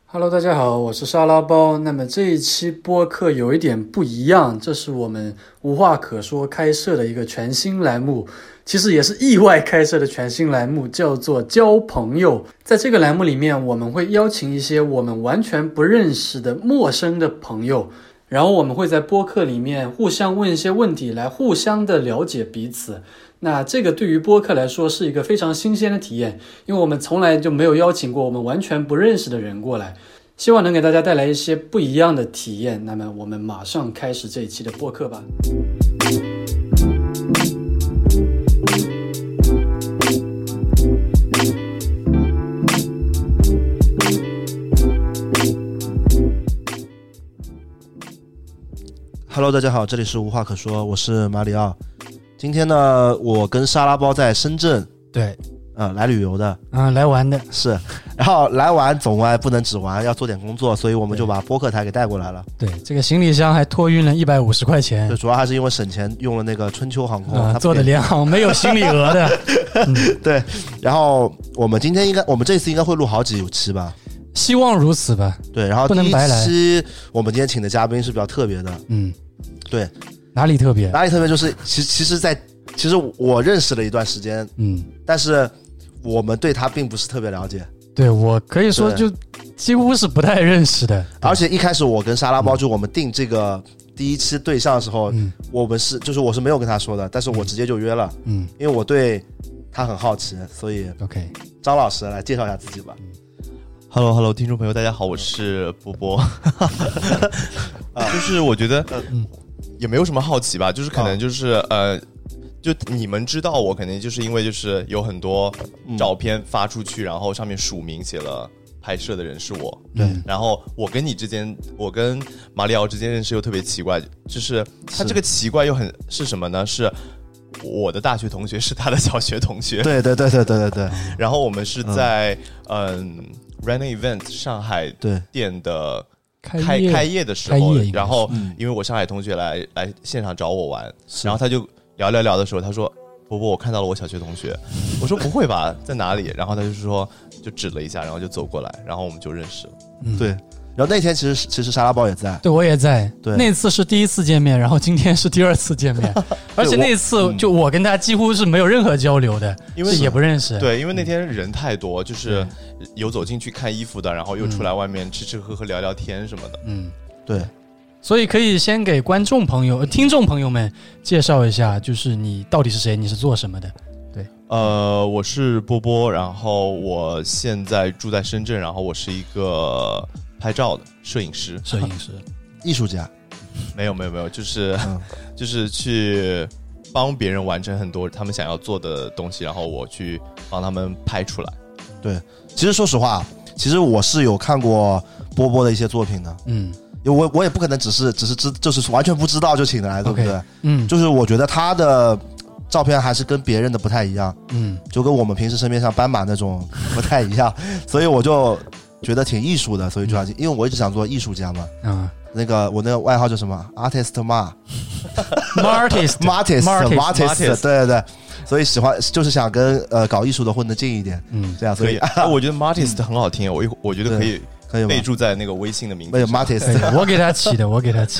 Hello， 大家好，我是沙拉包。那么这一期播客有一点不一样，这是我们无话可说开设的一个全新栏目，其实也是意外开设的全新栏目，叫做交朋友。在这个栏目里面，我们会邀请一些我们完全不认识的陌生的朋友，然后我们会在播客里面互相问一些问题，来互相的了解彼此。那这个对于播客来说是一个非常新鲜的体验，因为我们从来就没有邀请过我们完全不认识的人过来，希望能给大家带来一些不一样的体验。那么我们马上开始这一期的播客吧。 Hello， 大家好，这里是无话可说，我是马里奥。今天呢，我跟沙拉包在深圳， 对， 来旅游的， 来玩的是，然后来玩总玩不能只玩，要做点工作，所以我们就把播客台给带过来了。 对，这个行李箱还托运了150块钱， 对，主要还是因为省钱，用了那个春秋航空， 做的联航没有行李额的。 对，然后我们这次应该会录好几期吧。 希望如此吧。 对，然后第一期我们今天请的嘉宾是比较特别的。对， 哪里特别？ 哪里特别就是其实我认识了一段时间，但是我们对他并不是特别了解。 对，我可以说就几乎是不太认识的。 而且一开始我跟沙拉包就我们定这个第一期对象的时候，我是没有跟他说的，但是我直接就约了，因为我对他很好奇，所以 OK， 张老师来介绍一下自己吧。 Hello， 听众朋友，大家好，我是波波。就是我觉得，也没有什么好奇吧，就是可能就是就你们知道我，肯定就是因为就是有很多照片发出去，然后上面署名写了拍摄的人是我。对，然后我跟马里奥之间认识又特别奇怪，就是他这个奇怪又很是什么呢？是我的大学同学是他的小学同学。 对。 然后我们是在Running Event 上海店的开业的时候，然后因为我上海同学来现场找我玩，然后他就聊的时候，他说：“波波，我看到了我小学同学。”我说：“不会吧，在哪里？”然后他就说，就指了一下，然后就走过来，然后我们就认识了。 对。然后那天其实沙拉包也在， 对，我也在。 对， 那次是第一次见面，然后今天是第二次见面，而且那次就我跟他几乎是没有任何交流的，因为也不认识。 对，因为那天人太多，就是有走进去看衣服的，然后又出来外面吃喝聊聊天什么的。 对。 所以可以先给听众朋友们介绍一下，就是你到底是谁，你是做什么的？对， 我是波波，然后我现在住在深圳，然后我是一个拍照的摄影师， 艺术家。 没有，就是去帮别人完成很多他们想要做的东西，然后我去帮他们拍出来。 对，其实说实话，我是有看过波波的一些作品的。我也不可能只是就是完全不知道就请来，对不对？就是我觉得他的照片还是跟别人的不太一样，就跟我们平时身边像斑马那种不太一样，所以我就觉得挺艺术的，所以就因为我一直想做艺术家嘛。我那个外号叫什么 ？Artist Martist， 对，所以喜欢就是想跟搞艺术的混得近一点，这样所以我觉得 Martist 很好听，我觉得可以备注在那个微信的名字上。 Martist， 我给他起的。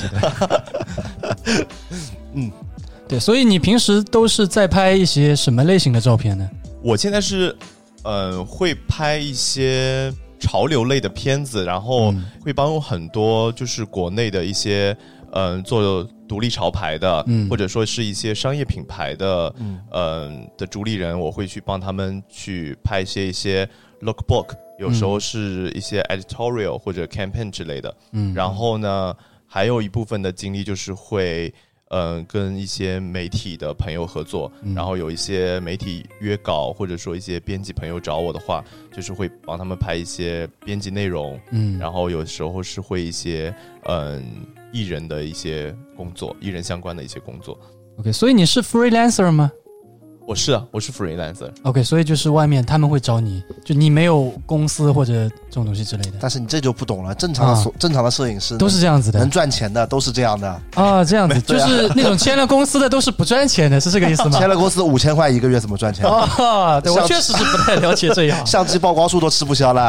对，所以你平时都是在拍一些什么类型的照片呢？ 我现在是会拍一些潮流类的片子，然后会帮很多就是国内的一些做独立潮牌的，或者说是一些商业品牌的的主理人，我会去帮他们去拍一些 lookbook， 有时候是一些 editorial 或者 campaign 之类的。然后呢，还有一部分的精力就是会跟一些媒体的朋友合作，然后有一些媒体约稿，或者说一些编辑朋友找我的话，就是会帮他们拍一些编辑内容，然后有时候是会一些艺人的一些工作，艺人相关的一些工作。 OK， 所以你是 freelancer 吗？ 我是 freelancer。 OK， 所以就是外面他们会找你，就你没有公司或者这种东西之类的。 但是你这就不懂了，正常的摄影师都是这样子的， 能赚钱的都是这样的啊，这样子就是那种签了公司的都是不赚钱的，是这个意思吗？ 签了公司5000块一个月怎么赚钱？ 对，我确实是不太了解这样。 相机曝光数都吃不消了。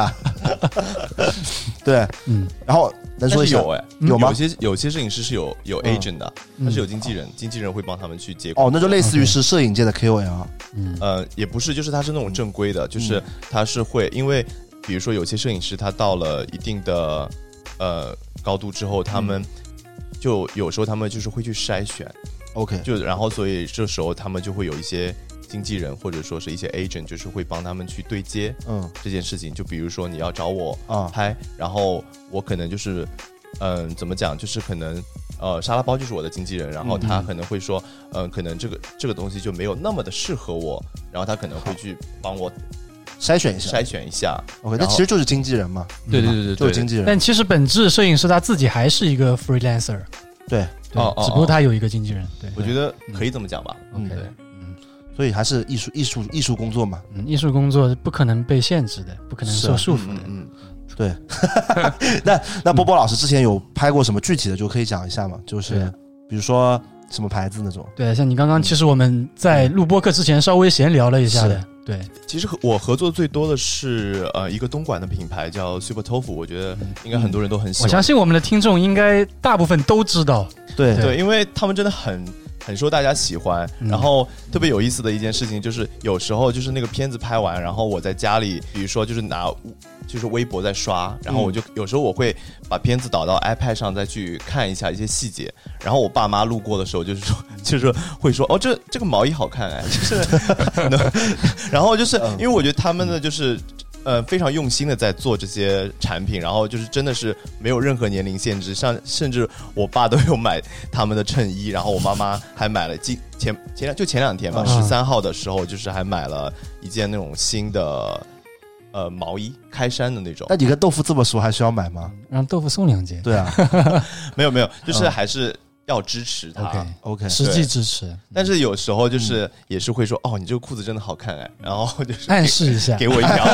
对，然后能说一下有吗？ 有些摄影师是有 agent 的，他是有经纪人，经纪人会帮他们去接工。 那就类似于是摄影界的 KOL。 也不是，就是他是那种正规的，就是他是会，因为比如说有些摄影师他到了一定的高度之后，他们就有时候他们就是会去筛选。 OK， 就然后所以这时候他们就会有一些经纪人或者说是一些 agent， 就是会帮他们去对接这件事情。就比如说你要找我拍，然后我可能就是怎么讲，就是可能沙拉包就是我的经纪人，然后他可能会说可能这个东西就没有那么的适合我，然后他可能会去帮我筛选一下。OK， 那其实就是经纪人嘛。 对， 就是经纪人。 但其实本质摄影师他自己还是一个 freelancer。 对， 只不过他有一个经纪人。对， 我觉得可以这么讲吧。 对，所以还是艺术工作嘛。 艺术工作不可能被限制的，不可能受束缚的。 对。那波波老师之前有拍过什么具体的，就可以讲一下嘛？就是比如说什么牌子那种。 对，像你刚刚，其实我们在录播课之前稍微闲聊了一下的。对， 其实我合作最多的是一个东莞的品牌叫 Super Tofu， 我觉得应该很多人都很喜欢。 我相信我们的听众应该大部分都知道。 对， 因为他们真的很受大家喜欢。然后特别有意思的一件事情就是，有时候就是那个片子拍完，然后我在家里，比如说就是就是微博在刷，然后我就有时候我会把片子导到 iPad 上再去看一下一些细节，然后我爸妈路过的时候就是会说这个毛衣好看哎，就是然后就是因为我觉得他们的就是非常用心的在做这些产品，然后就是真的是没有任何年龄限制，甚至我爸都有买他们的衬衣，然后我妈妈还买了前2天吧，13号的时候就是还买了一件那种新的毛衣，开衫的那种。 那你跟豆腐这么熟，还需要买吗？ 让豆腐送2件。 对啊， 没有，就是还是要支持他。 OK， 实际支持。 但是有时候就是也是会说，你这个裤子真的好看哎，然后就是暗示一下， 给我一条。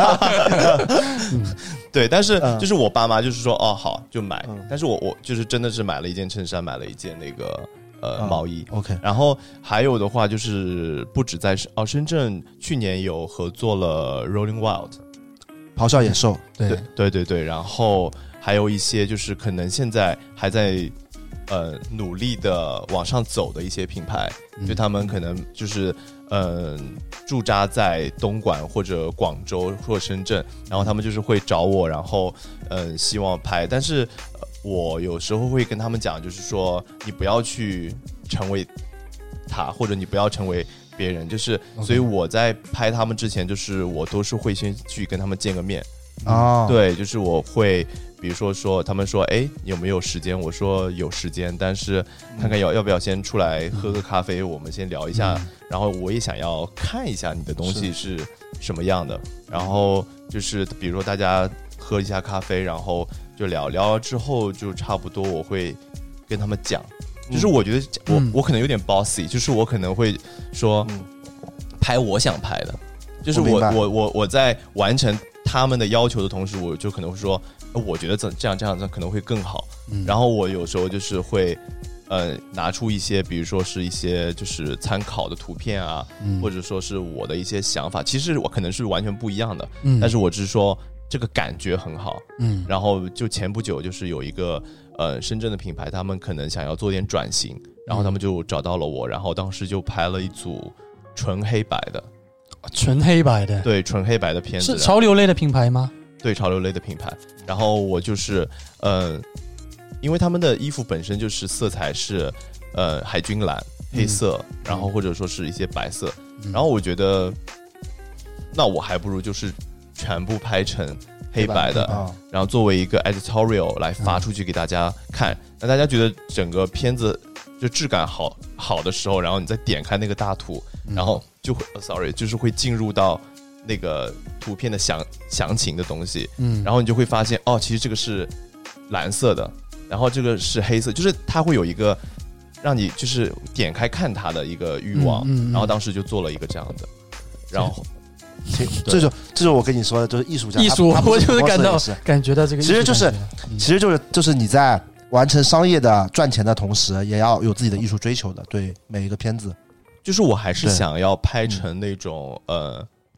对，但是就是我爸妈就是说好就买，但是我就是真的是买了一件衬衫，买了一件那个毛衣。 OK， 然后还有的话就是不止在深圳，去年有合作了 Rolling Wild， 咆哮野兽。 对，然后还有一些就是可能现在还在努力的往上走的一些品牌，就他们可能就是驻扎在东莞或者广州或者深圳，然后他们就是会找我，然后希望拍，但是我有时候会跟他们讲，就是说你不要去成为他，或者你不要成为别人，就是所以我在拍他们之前，就是我都是会先去跟他们见个面。对，就是我会比如说他们说有没有时间，我说有时间，但是看看要不要先出来喝个咖啡，我们先聊一下，然后我也想要看一下你的东西是什么样的，然后就是比如说大家喝一下咖啡，然后就聊了之后，就差不多我会跟他们讲，就是我觉得我可能有点 bossy， 就是我可能会说拍我想拍的，就是我在完成他们的要求的同时，我就可能会说我觉得这样可能会更好，然后我有时候就是会拿出一些比如说是一些就是参考的图片啊，或者说是我的一些想法，其实我可能是完全不一样的，但是我只是说这个感觉很好，然后就前不久就是有一个深圳的品牌，他们可能想要做点转型，然后他们就找到了我，然后当时就拍了一组纯黑白的。对，纯黑白的片子。 是潮流类的品牌吗？ 对，潮流类的品牌。然后我就是因为他们的衣服本身就是色彩是海军蓝、黑色，然后或者说是一些白色，然后我觉得那我还不如就是全部拍成黑白的，然后作为一个 editorial 来发出去给大家看，那大家觉得整个片子就质感好的时候，然后你再点开那个大图，然后就会就是会进入到那个图片的详情的东西，然后你就会发现其实这个是蓝色的，然后这个是黑色，就是它会有一个让你就是点开看它的一个欲望，然后当时就做了一个这样的，然后这就是我跟你说的，就是艺术家， 我就是感觉到这个， 其实就是你在完成商业的赚钱的同时，也要有自己的艺术追求的，对每一个片子。 就是我还是想要拍成那种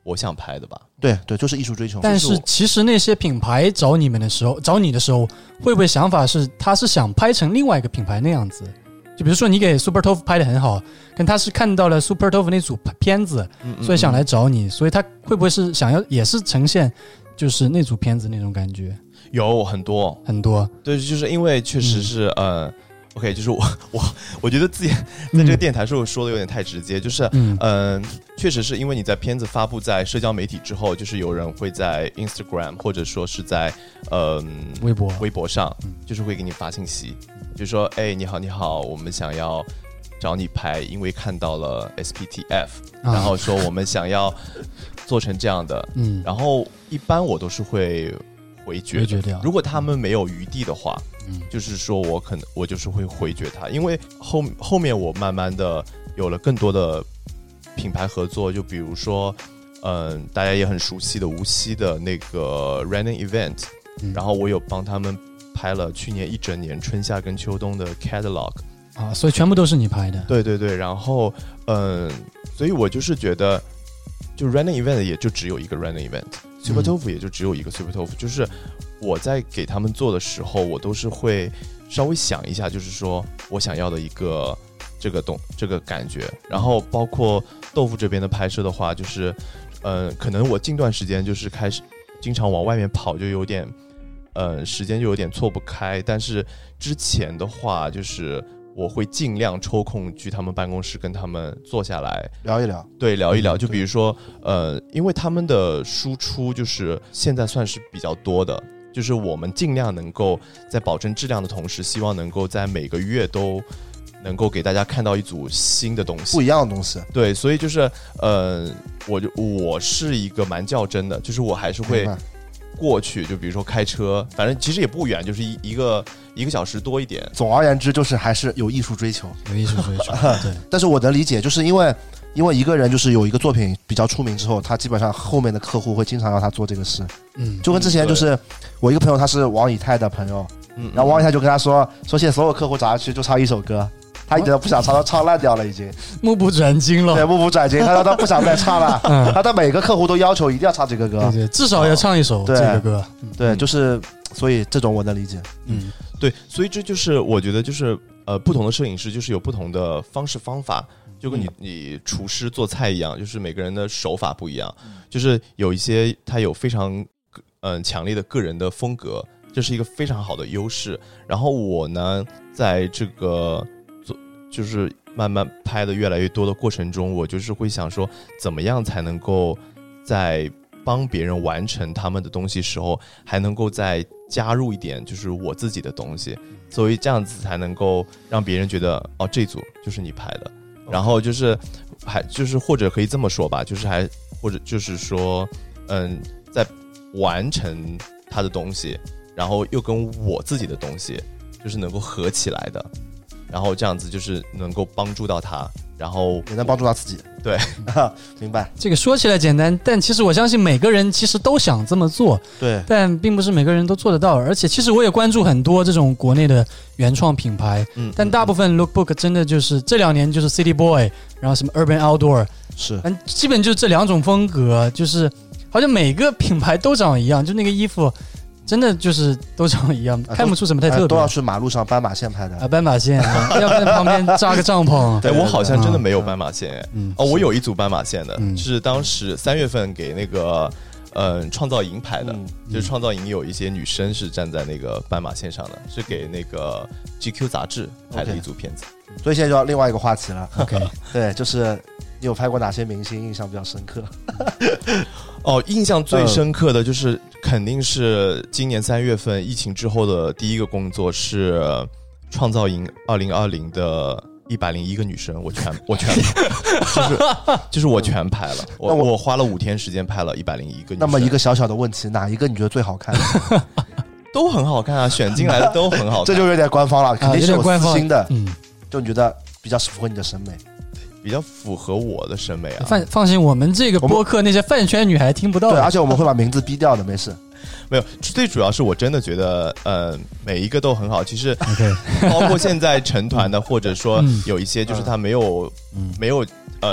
我想拍的吧。 对对，就是艺术追求。 但是其实那些品牌找你的时候，会不会想法是他是想拍成另外一个品牌那样子？就比如说你给 Super Tofu 拍的很好，跟他是看到了 Super Tofu 那组片子，所以想来找你，所以他会不会是想要也是呈现就是那组片子那种感觉？ 有很多，对，就是因为确实是OK， 就是我觉得自己在这个电台时候说的有点太直接，就是确实是因为你在片子发布在社交媒体之后，就是有人会在 Instagram 或者说是在微博上，就是会给你发信息，就说哎你好，我们想要找你拍，因为看到了 SPTF，然后说我们想要做成这样的，然后一般我都是会回绝掉，如果他们没有余地的话。就是说我就是会回绝他，因为后面我慢慢的有了更多的品牌合作，就比如说大家也很熟悉的无锡的那个 Running Event，然后我有帮他们拍了去年一整年春夏跟秋冬的 catalog 啊，所以全部都是你拍的。 对对对，然后所以我就是觉得就 Running Event 也就只有一个 Running Event，Super Tofu 也就只有一个 Super Tofu，就是我在给他们做的时候，我都是会稍微想一下，就是说我想要的一个这个感觉。然后包括豆腐这边的拍摄的话，就是可能我近段时间就是开始经常往外面跑，就有点时间就有点错不开。但是之前的话，就是我会尽量抽空去他们办公室跟他们坐下来聊一聊， 对，聊一聊。就比如说因为他们的输出就是现在算是比较多的。就是我们尽量能够在保证质量的同时，希望能够在每个月都能够给大家看到一组新的东西， 不一样的东西。 对，所以就是我是一个蛮较真的，就是我还是会过去，就比如说开车，反正其实也不远，就是一个小时多一点。 总而言之，就是还是有艺术追求， 对。 但是我能理解，就是因为一个人就是有一个作品比较出名之后，他基本上后面的客户会经常让他做这个事。就跟之前就是我一个朋友，他是王以太的朋友，然后王以太就跟他说现在所有客户找他去就唱一首歌，他一点都不想唱，他唱烂掉了已经， 目不转睛了。 对，目不转睛，他说他不想再唱了。他的每个客户都要求一定要唱这个歌， 对，至少要唱一首这个歌。 对，就是所以这种我能理解。 对，所以这就是我觉得就是不同的摄影师就是有不同的方式方法。就跟你厨师做菜一样，就是每个人的手法不一样，就是有一些他有非常强烈的个人的风格，这是一个非常好的优势。然后我呢，在这个就是慢慢拍的越来越多的过程中，我就是会想说，怎么样才能够在帮别人完成他们的东西时候，还能够再加入一点就是我自己的东西，所以这样子才能够让别人觉得哦，这组就是你拍的。然后就是或者可以这么说吧，就是或者就是说在完成他的东西，然后又跟我自己的东西就是能够合起来的，然后这样子就是能够帮助到他，然后也能帮助到自己。 对明白。 这个说起来简单，但其实我相信每个人其实都想这么做， 对， 但并不是每个人都做得到。而且其实我也关注很多这种国内的原创品牌，但大部分 lookbook 真的就是这2年就是 City Boy， 然后什么 Urban Outdoor， 是， 基本就是这2种风格，就是好像每个品牌都长一样，就那个衣服真的就是都长一样，看不出什么太特别。 都要去马路上斑马线拍的啊，斑马线，要不然旁边扎个帐篷。 对，我好像真的没有斑马线。我有一组斑马线的，是当时3月份给那个创造营拍的，就是创造营有一些女生是站在那个斑马线上的，是给那个 GQ 杂志拍的一组片子。 所以现在就要另外一个话题了。 OK， 对，就是你有拍过哪些明星印象比较深刻？ 印象最深刻的就是肯定是今年3月份疫情之后的第一个工作是创造营2020的101个女生，我全就是我全拍了，我花了5天时间拍了101个女生。 那么一个小小的问题，哪一个你觉得最好看？ 都很好看啊，选进来的都很好看。 这就有点官方了，肯定是有私心的。就你觉得比较符合你的审美？ 比较符合我的审美啊。 放心，我们这个播客那些饭圈女孩听不到。 对，而且我们会把名字逼掉的，没事。 没有，最主要是我真的觉得每一个都很好。其实包括现在成团的，或者说有一些就是他没有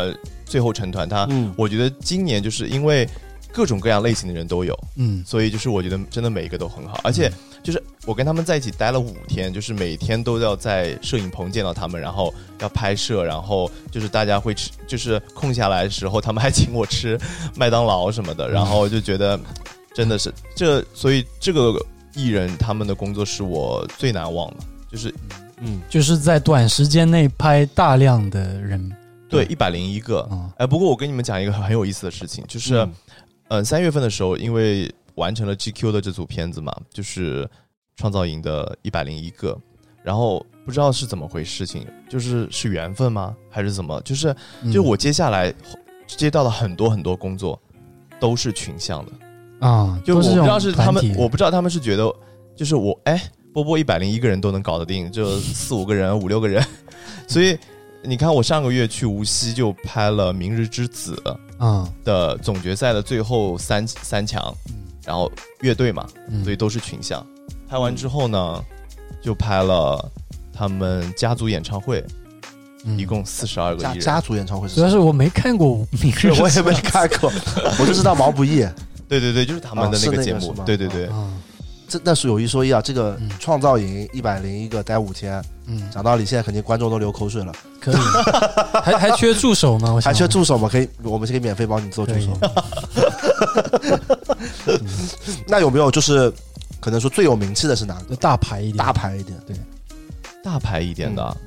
最后成团，我觉得今年就是因为各种各样类型的人都有，所以就是我觉得真的每一个都很好，而且就是我跟他们在一起待了5天，就是每天都要在摄影棚见到他们，然后要拍摄，然后就是大家会吃，就是空下来的时候他们还请我吃麦当劳什么的，然后就觉得真的是所以这个艺人他们的工作是我最难忘的，就是就是在短时间内拍大量的人， 对，101个。不过我跟你们讲一个很有意思的事情，就是3月份的时候，因为完成了 GQ 的这组片子嘛，就是创造营的101个，然后不知道是怎么回事情，就是缘分吗还是怎么，就我接下来接到了很多很多工作都是群像的就我不知道是他们，我不知道他们是觉得就是波波101个人都能搞得定，就4、5个人、5、6个人，所以你看我上个月去无锡就拍了《明日之子》的总决赛的最后三强，然后乐队嘛，所以都是群像。拍完之后呢，就拍了他们家族演唱会，一共42个艺人。 家族演唱会是主要是我没看过《明日之子》， 我也没看过，我就知道毛不易。 对对对，就是他们的那个节目。对对对。 那是有一说一啊，这个创造营101个待5天，讲道理现在肯定观众都流口水了。 可以，还缺助手吗？ 还缺助手吗？我们可以免费帮你做助手。那有没有就是可能说最有名气的是哪个？ 大牌一点， 对， 大牌一点的，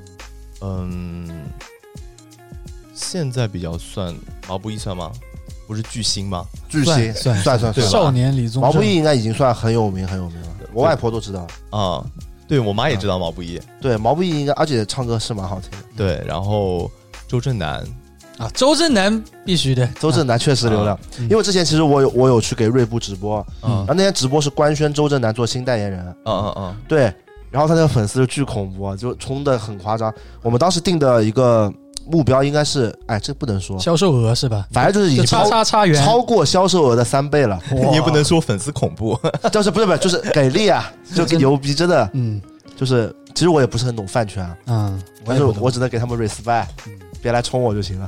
现在比较算毛不易算吗？不是巨星吗？ 巨星算少年李宗盛， 毛不易应该已经算很有名了，我外婆都知道啊。对，我妈也知道毛不易。 对，毛不易应该，而且唱歌是蛮好听的。 对，然后周震南周震南必须的， 周震南确实流量。因为之前其实我有去给锐步直播，然后那天直播是官宣周震南做新代言人，对，然后他那个粉丝就巨恐怖，就冲的很夸张。我们当时定的一个目标应该是，这不能说销售额是吧？ 反正就是已经超过销售额的3倍了。 你也不能说粉丝恐怖， 就是不是就是给力啊，就牛逼，真的，就是其实我也不是很懂饭圈但是我只能给他们 respect，别来冲我就行了。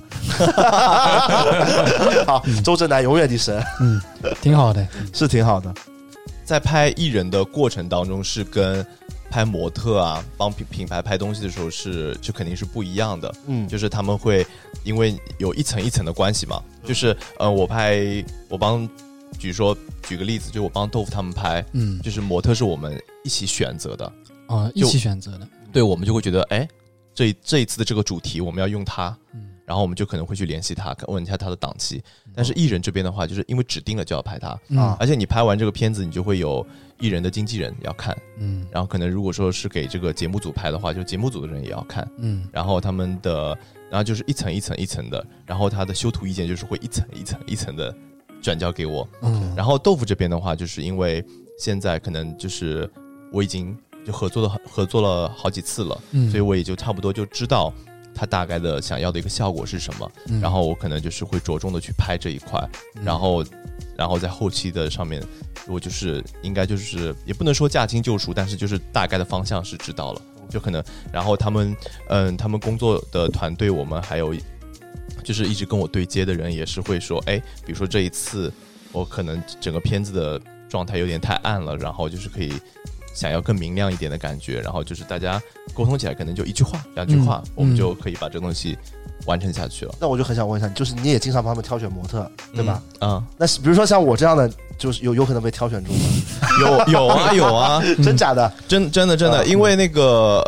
好，周震南永远的神， 挺好的， 是挺好的。 在拍艺人的过程当中，是跟拍模特啊，帮品牌拍东西的时候就肯定是不一样的。就是他们会因为有一层一层的关系嘛，就是我帮举个例子，就我帮豆腐他们拍，就是模特是我们一起选择的一起选择的。 对，我们就会觉得这一次的这个主题我们要用它，然后我们就可能会去联系他，问一下他的档期。但是艺人这边的话，就是因为指定了就要拍他，而且你拍完这个片子，你就会有艺人的经纪人要看，然后可能如果说是给这个节目组拍的话，就节目组的人也要看，然后然后就是一层一层一层的，然后他的修图意见就是会一层一层一层的转交给我，然后豆腐这边的话，就是因为现在可能就是我已经就合作了好几次了，所以我也就差不多就知道他大概的想要的一个效果是什么，然后我可能就是会着重的去拍这一块，然后在后期的上面，我就是应该就是也不能说驾轻就熟，但是就是大概的方向是知道了，就可能，然后他们工作的团队，我们还有就是一直跟我对接的人也是会说，比如说这一次我可能整个片子的状态有点太暗了，然后就是可以想要更明亮一点的感觉，然后就是大家沟通起来可能就1句话2句话，我们就可以把这个东西完成下去了。 那我就很想问一下，就是你也经常帮他们挑选模特，对吧？那比如说像我这样的，就是有可能被挑选中吗？ 有啊， 真假的？ 真的，因为那个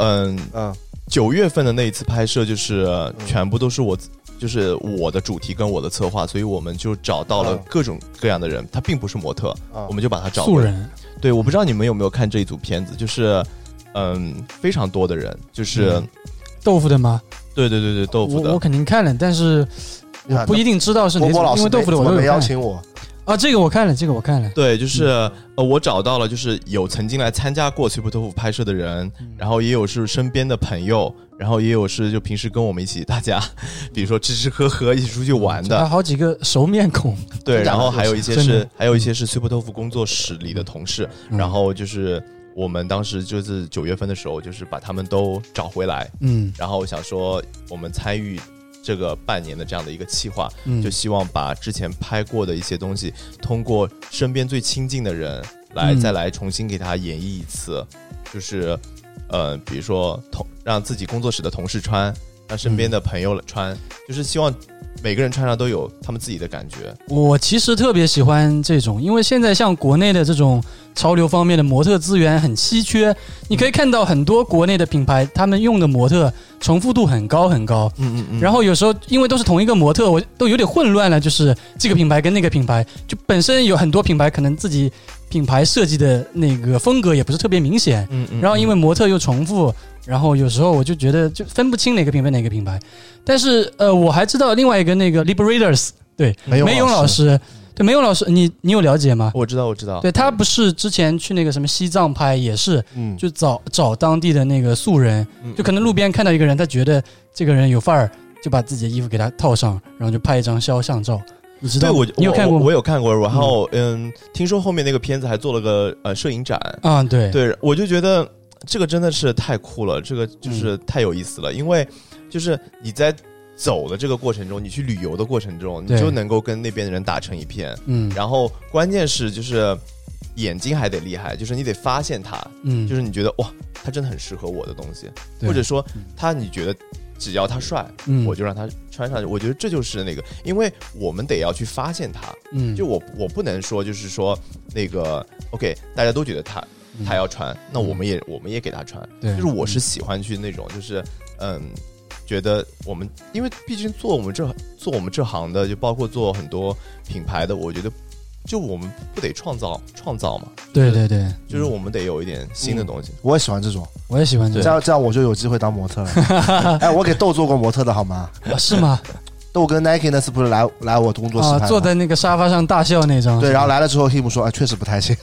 9月份的那一次拍摄，就是全部都是就是我的主题跟我的策划，所以我们就找到了各种各样的人，他并不是模特，我们就把他找素人。 对，我不知道你们有没有看这一组片子，就是非常多的人，就是豆腐的吗？ 对，豆腐的。 我肯定看了，但是我不一定知道是哪种，因为豆腐的我都没邀请我。 这个我看了， 对，就是我找到了，就是有曾经来参加过脆皮豆腐拍摄的人，然后也有是身边的朋友，然后也有是就平时跟我们一起大家，比如说吃吃喝喝一起出去玩的， 还好几个熟面孔。 对，然后还有一些是脆皮豆腐工作室里的同事，然后就是我们当时就是9月份的时候，就是把他们都找回来，然后想说我们参与这个半年的这样的一个企划，就希望把之前拍过的一些东西，通过身边最亲近的人再来重新给他演绎一次，就是比如说让自己工作室的同事穿，让身边的朋友穿，就是希望每个人穿上都有他们自己的感觉。 我其实特别喜欢这种，因为现在像国内的这种潮流方面的模特资源很稀缺，你可以看到很多国内的品牌他们用的模特重复度很高很高，然后有时候因为都是同一个模特，我都有点混乱了，就是这个品牌跟那个品牌，就本身有很多品牌可能自己品牌设计的那个风格也不是特别明显，然后因为模特又重复，然后有时候我就觉得就分不清哪个品牌哪个品牌。但是我还知道另外一个那个 Liberators， 对，梅勇老师，对，梅勇老师你有了解吗？ 我知道。 对，他不是之前去那个什么西藏拍也是，就找当地的那个素人，就可能路边看到一个人，他觉得这个人有范儿，就把自己的衣服给他套上，然后就拍一张肖像照。你知道？ 对， 你有看过吗？ 我有看过，然后听说后面那个片子还做了个摄影展啊，对， 我就觉得这个真的是太酷了，这个就是太有意思了，因为就是你在走的这个过程中，你去旅游的过程中，你就能够跟那边的人打成一片，然后关键是就是眼睛还得厉害，就是你得发现他，就是你觉得哇，他真的很适合我的东西，或者说你觉得只要他帅，我就让他穿上去。我觉得这就是那个，因为我们得要去发现他，就我不能说就是说那个 OK， 大家都觉得他要穿，那我们也给他穿，就是我是喜欢去那种就是觉得我们因为毕竟做我们这行的，就包括做很多品牌的，我觉得就我们不得创造嘛， 对， 就是我们得有一点新的东西。 我也喜欢这种， 我也喜欢这种， 这样我就有机会当模特了。哎，我给豆做过模特的好吗？ 是吗？ 豆跟 Nike 那次不是来我工作室拍， 坐在那个沙发上大笑那张。 对，然后来了之后 Him 说，哎，确实不太行。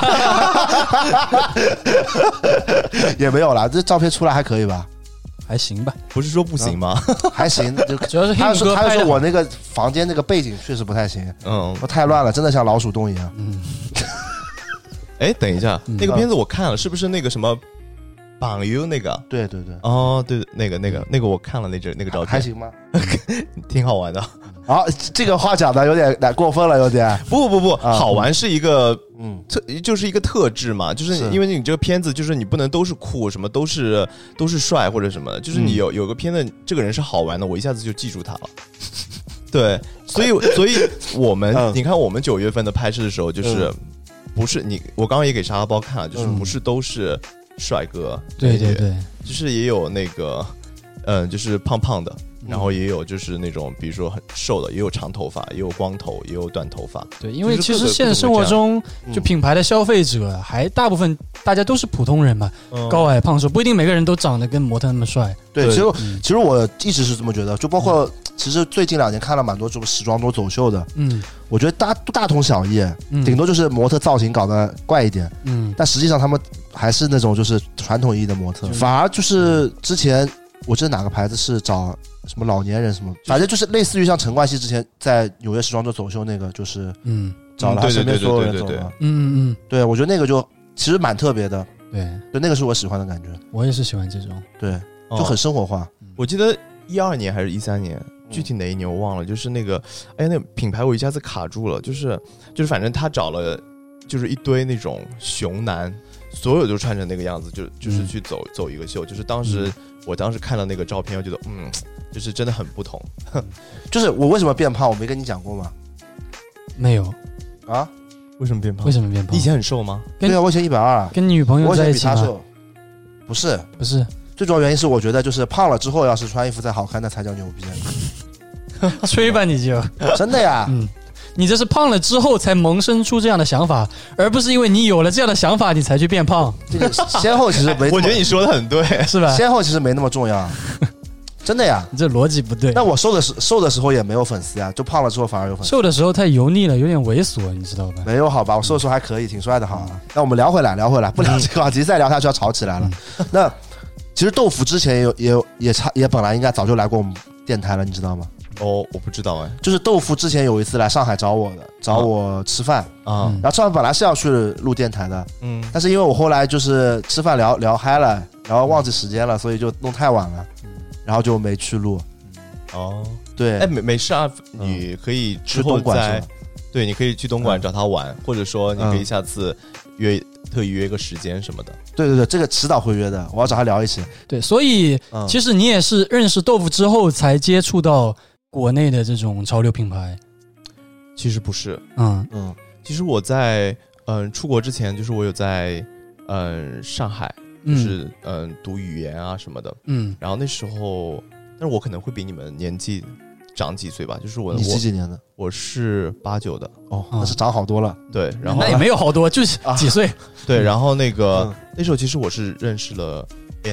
也没有啦，这照片出来还可以吧？ 还行吧， 不是说不行吗？ 还行， 主要是他就说我那个房间那个背景确实不太行，我太乱了，真的像老鼠洞一样。 哎，等一下，那个片子我看了，是不是那个什么绑 you 那个？ 对， 哦，对，那个我看了那个照片， 还行吗？ 挺好玩的。 好，这个话讲的有点过分了，有点。 不，好玩是一个就是一个特质嘛，就是因为你这个片子就是你不能都是酷，什么都是帅或者什么，就是你有个片子这个人是好玩的，我一下子就记住他了。对，所以我们你看我们9月份的拍摄的时候，就是不是我刚刚也给沙拉包看了，就是不是都是帅哥， 对， 就是也有那个就是胖胖的。然后也有就是那种比如说很瘦的，也有长头发，也有光头，也有短头发。 对，因为其实现实生活中就品牌的消费者还大部分大家都是普通人嘛，高矮胖瘦不一定每个人都长得跟模特那么帅。 对，其实我一直是这么觉得，就包括其实最近2年看了蛮多这种时装周走秀的，我觉得大同小异，顶多就是模特造型搞得怪一点，但实际上他们还是那种就是传统意义的模特，反而就是之前我记得哪个牌子是找什么老年人什么，反正就是类似于像陈冠希之前在纽约时装周走秀那个，就是找了他身边所有人走了，对，我觉得那个就其实蛮特别的，对，那个是我喜欢的感觉， 我也是喜欢这种， 对，就很生活化。 我记得12年还是13年，具体哪一年我忘了，就是那个那个品牌我一下子卡住了，就是反正他找了就是一堆那种熊男，所有都穿成那个样子，就是去走一个秀，就是我当时看了那个照片，我觉得就是真的很不同。 就是我为什么变胖，我没跟你讲过吗？ 没有啊？ 为什么变胖？ 你以前很瘦吗？ 对啊，我以前120啊。 跟女朋友在一起吗？ 不是，最主要原因是我觉得就是胖了之后，要是穿衣服再好看，那才叫牛逼。 吹吧你就真的呀。 你这是胖了之后才萌生出这样的想法，而不是因为你有了这样的想法你才去变胖。 这个先后其实没我觉得你说的很对， 是吧？ 先后其实没那么重要，真的呀。 你这逻辑不对。 那我瘦的时候也没有粉丝呀，就胖了之后反而有粉丝。 瘦的时候太油腻了，有点猥琐，你知道吧？ 没有好吧，我瘦的时候还可以，挺帅的哈。那我们聊回来，不聊这个话题，再聊下去要吵起来了。那其实豆腐之前也本来应该早就来过我们电台了，你知道吗？ 哦，我不知道哎。 就是豆腐之前有一次来上海找我吃饭啊，然后吃饭本来是要去录电台的，但是因为我后来就是吃饭聊嗨了，然后忘记时间了，所以就弄太晚了，然后就没去录。 哦， 对， 哎，没事啊，你可以之后再，对，你可以去东莞找他玩，或者说你可以下次特意约个时间什么的。 对，这个迟早会约的，我要找他聊一起。 对，所以其实你也是认识豆腐之后才接触到国内的这种潮流品牌。 其实不是，其实我在出国之前，就是我有在上海，就是读语言啊什么的，然后那时候，但是我可能会比你们年纪长几岁吧，就是你几年的？ 我是89的， 那是长好多了。 对，然后那也没有好多，就是几岁。 对，然后那时候其实我是认识了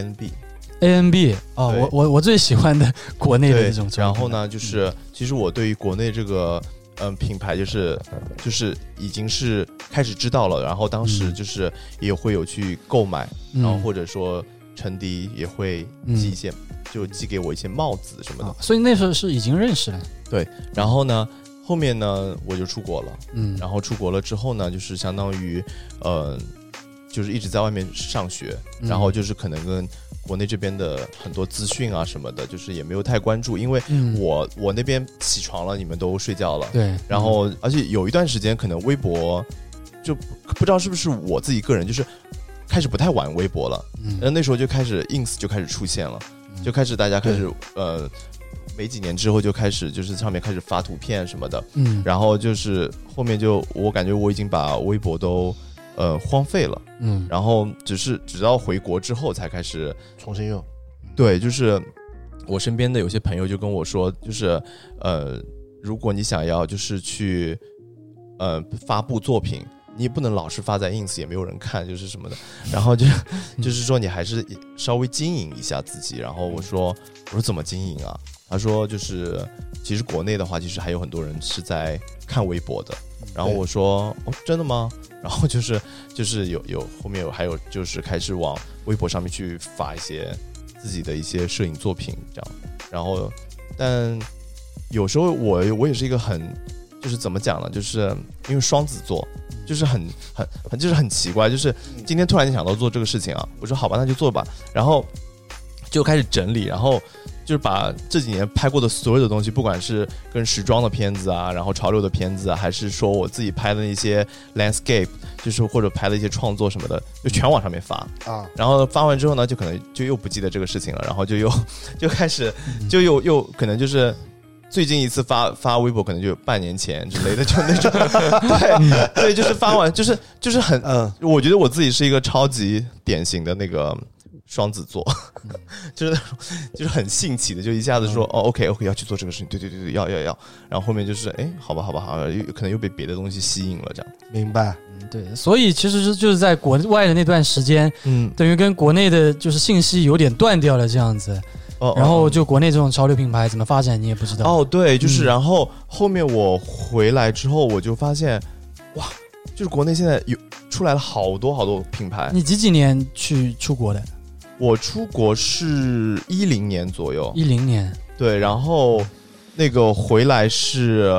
ANB 我最喜欢的国内的这种。 然后呢，就是其实我对于国内这个品牌就是已经是开始知道了，然后当时就是也会有去购买，然后或者说陈迪也会寄给我一些帽子什么的， 所以那时候是已经认识了。 对，然后呢，后面呢我就出国了，然后出国了之后呢，就是相当于就是一直在外面上学，然后就是可能跟国内这边的很多资讯啊什么的，就是也没有太关注，因为我那边起床了，你们都睡觉了， 对， 然后而且有一段时间可能微博就不知道是不是我自己个人就是开始不太玩微博了，那时候就开始 ins 就开始出现了，就开始大家开始没几年之后就开始就是上面开始发图片什么的，然后就是后面就我感觉我已经把微博都荒废了，然后直到回国之后才开始重新用。 对，就是我身边的有些朋友就跟我说，就是如果你想要就是去发布作品，你也不能老是发在 ins 也没有人看，就是什么的，然后就是说你还是稍微经营一下自己。然后我说怎么经营啊？他说就是其实国内的话，其实还有很多人是在看微博的。然后我说真的吗？然后就是有后面还有就是开始往微博上面去发一些自己的一些摄影作品这样。然后但有时候我也是一个很就是怎么讲呢？就是因为双子座，就是很奇怪，就是今天突然想到做这个事情啊，我说好吧，那就做吧，然后就开始整理，然后就是把这几年拍过的所有的东西，不管是跟时装的片子啊，然后潮流的片子啊，还是说我自己拍的那些 landscape， 就是或者拍的一些创作什么的，就全往上面发啊。然后发完之后呢，就可能就又不记得这个事情了，然后就开始就又可能就是。最近一次发微博可能就半年前之类的，就那种，对，就是发完就是很，我觉得我自己是一个超级典型的那个双子座，就是很兴起的，就一下子说OK 要去做这个事情，对，要，然后后面就是好吧，可能又被别的东西吸引了，这样。 明白。 对，所以其实就是在国外的那段时间，等于跟国内的就是信息有点断掉了这样子。然后就国内这种潮流品牌怎么发展你也不知道。 对，就是然后后面我回来之后我就发现哇，就是国内现在有出来了好多品牌。 你几年出国的？ 我出国是10年左右。 10年。 对，然后那个回来是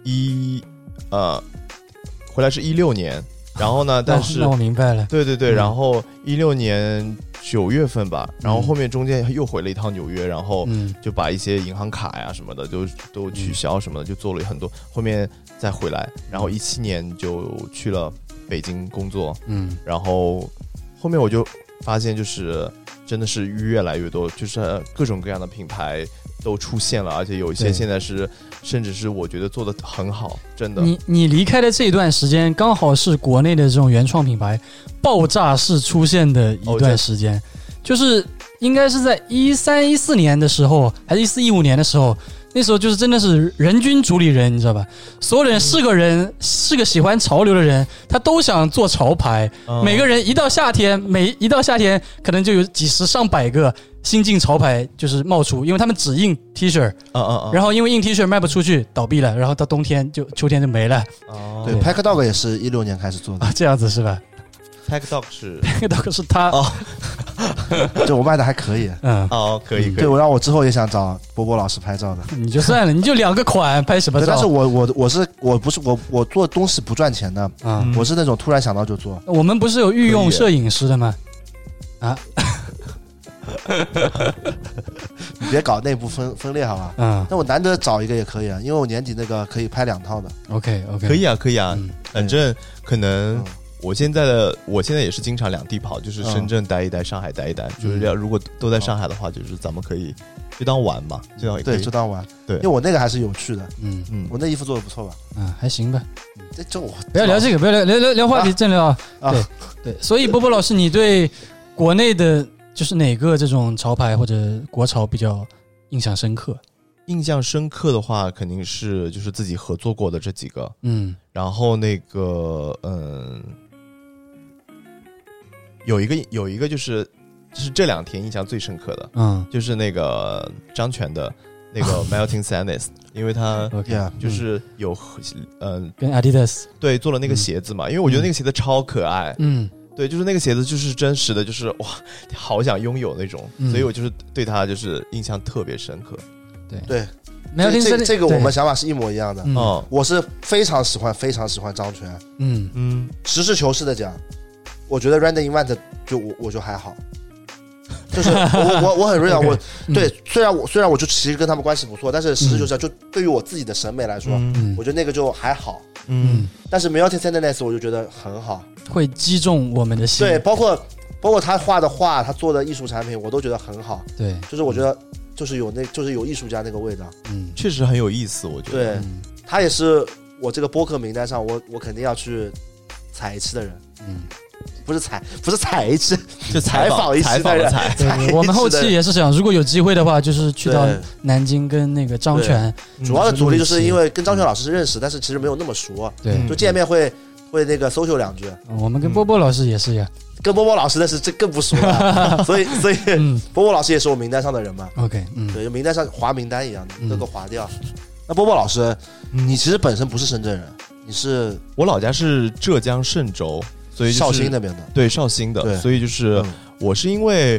16年，然后呢但是那我明白了。 对，然后16年9月份吧，然后后面中间又回了一趟纽约，然后就把一些银行卡呀什么的都取消什么的，就做了很多，后面再回来，然后17年就去了北京工作，然后后面我就发现就是真的是越来越多，就是各种各样的品牌都出现了，而且有一些现在是甚至是我觉得做得很好，真的。 你离开的这一段时间刚好是国内的这种原创品牌爆炸式出现的一段时间，就是应该是在13、14年的时候，还是14、15年的时候，那时候就是真的是人均主理人，你知道吧？所有人是个喜欢潮流的人，他都想做潮牌。每个人一到夏天可能就有几十上百个新进潮牌就是冒出，因为他们只印 T 恤，然后因为印 T 恤卖不出去倒闭了，然后到冬天秋天就没了。 对 Pack Dog 也是16年开始做的这样子是吧 ？Pack Dog 是他就我卖的还可以。 可以。 对，让我之后也想找波波老师拍照的。 你就算了，你就2个款拍什么照？ 但是我做东西不赚钱的，我是那种突然想到就做。 我们不是有御用摄影师的吗？ 你别搞内部分裂好吧？那我难得找一个也可以啊，因为我年底那个可以拍2套的。 OK， 可以啊，反正可能我现在也是经常2地跑，就是深圳待一待，上海待一待，就是如果都在上海的话，就是咱们可以就当玩嘛， 就当玩。对，因为我那个还是有趣的。我那衣服做的不错吧？ 还行吧。 这我不要聊这个，不要聊话题，正聊啊。对，所以波波老师，你对国内的就是哪个这种潮牌或者国潮比较印象深刻？ 印象深刻的话，肯定是就是自己合作过的这几个。然后那个有一个就是这2天印象最深刻的，就是那个张全的那个 Melting Sadness， 因为他就是有跟 Adidas 对做了那个鞋子嘛，因为我觉得那个鞋子超可爱，对，就是那个鞋子就是真实的，就是哇，好想拥有那种，所以我就是对他就是印象特别深刻。 对，这个我们想法是一模一样的。我是非常喜欢张全。实事求是的讲，我觉得 Random Event 我就还好。就是我很 real， 对，虽然我就其实跟他们关系不错，但是实事求是，就对于我自己的审美来说，我觉得那个就还好。但是 Melting Sadness 我就觉得很好， 会击中我们的心。 对，包括他画的画，他做的艺术产品，我都觉得很好。 对， 就是我觉得就是有艺术家那个味道。 确实很有意思，我觉得。对， 他也是我这个播客名单上我肯定要去踩一次的人。不是踩一次，就采访一次的人。 我们后期也是想，如果有机会的话，就是去到南京跟那个张全。 主要的阻力就是因为跟张全老师认识，但是其实没有那么熟。 对， 就见面会那个 social 2句。 我们跟波波老师也是呀， 跟波波老师那是这更不熟了。所以波波老师也是我名单上的人嘛。 OK， 对，名单上划名单一样的，都给划掉。那波波老师，你其实本身不是深圳人， 我老家是浙江嵊州。所以绍兴那边的， 对，绍兴的，所以就是我是因为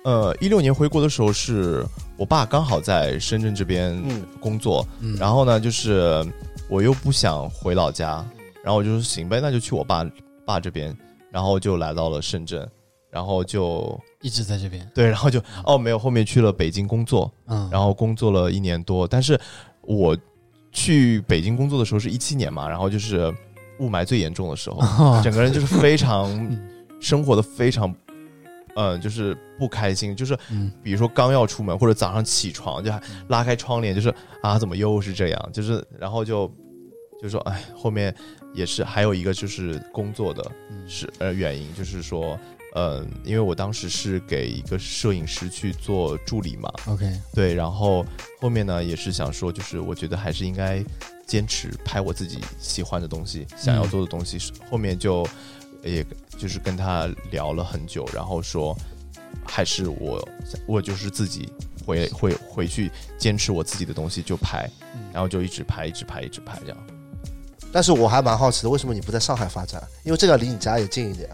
16年回国的时候，是我爸刚好在深圳这边工作，然后呢，就是我又不想回老家，然后我就说行呗，那就去我爸这边，然后就来到了深圳，然后就一直在这边， 对，然后就没有，后面去了北京工作，然后工作了1年多，但是我去北京工作的时候是17年嘛，然后就是雾霾最严重的时候，整个人就是非常生活的非常就是不开心，就是比如说刚要出门或者早上起床就拉开窗帘，就是怎么又是这样，就是然后就说后面也是还有一个就是工作的原因，就是说因为我当时是给一个摄影师去做助理嘛 ，OK， 对，然后后面呢也是想说，就是我觉得还是应该坚持拍我自己喜欢的东西，想要做的东西，后面也就是跟他聊了很久，然后说还是我就是自己回去坚持我自己的东西就拍，然后就一直拍这样。 但是我还蛮好奇的，为什么你不在上海发展？因为这个离你家也近一点。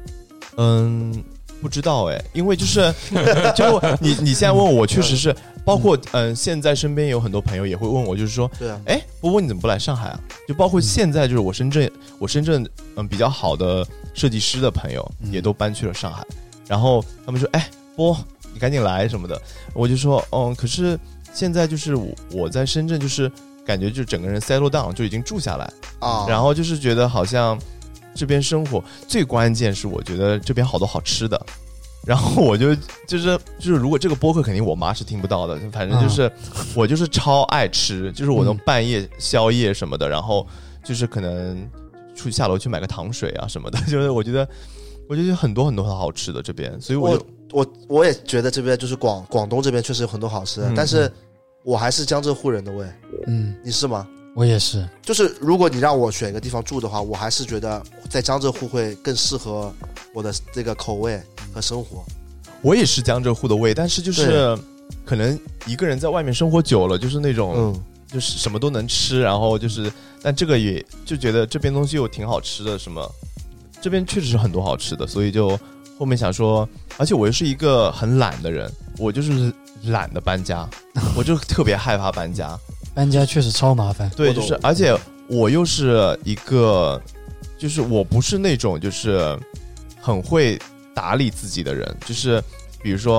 不知道因为就是你现在问我确实是，包括现在身边有很多朋友也会问我，就是说， 对啊， 波波你怎么不来上海啊？就包括现在就是我深圳比较好的设计师的朋友也都搬去了上海，然后他们说波你赶紧来什么的，我就说可是现在就是我在深圳就是感觉就整个人 settle down 就已经住下来然后就是觉得好像这边生活最关键是我觉得这边好多好吃的，然后我就是如果这个播客肯定我妈是听不到的，反正就是我就是超爱吃，就是我能半夜宵夜什么的，然后就是可能出去下楼去买个糖水啊什么的，就是我觉得很多很多好吃的这边，所以我也觉得这边就是广东这边确实有很多好吃的，但是我还是江浙沪人的胃。你是吗？ 我也是， 就是如果你让我选一个地方住的话，我还是觉得在江浙沪会更适合我的这个口味和生活。 我也是江浙沪的胃，但是就是可能一个人在外面生活久了，就是那种就是什么都能吃，然后就是但这个也就觉得这边东西又挺好吃的，什么这边确实是很多好吃的，所以就后面想说，而且我又是一个很懒的人，我就是懒得搬家，我就特别害怕搬家。 搬家确实超麻烦， 对，就是而且我又是一个，就是我不是那种就是很会打理自己的人，就是比如说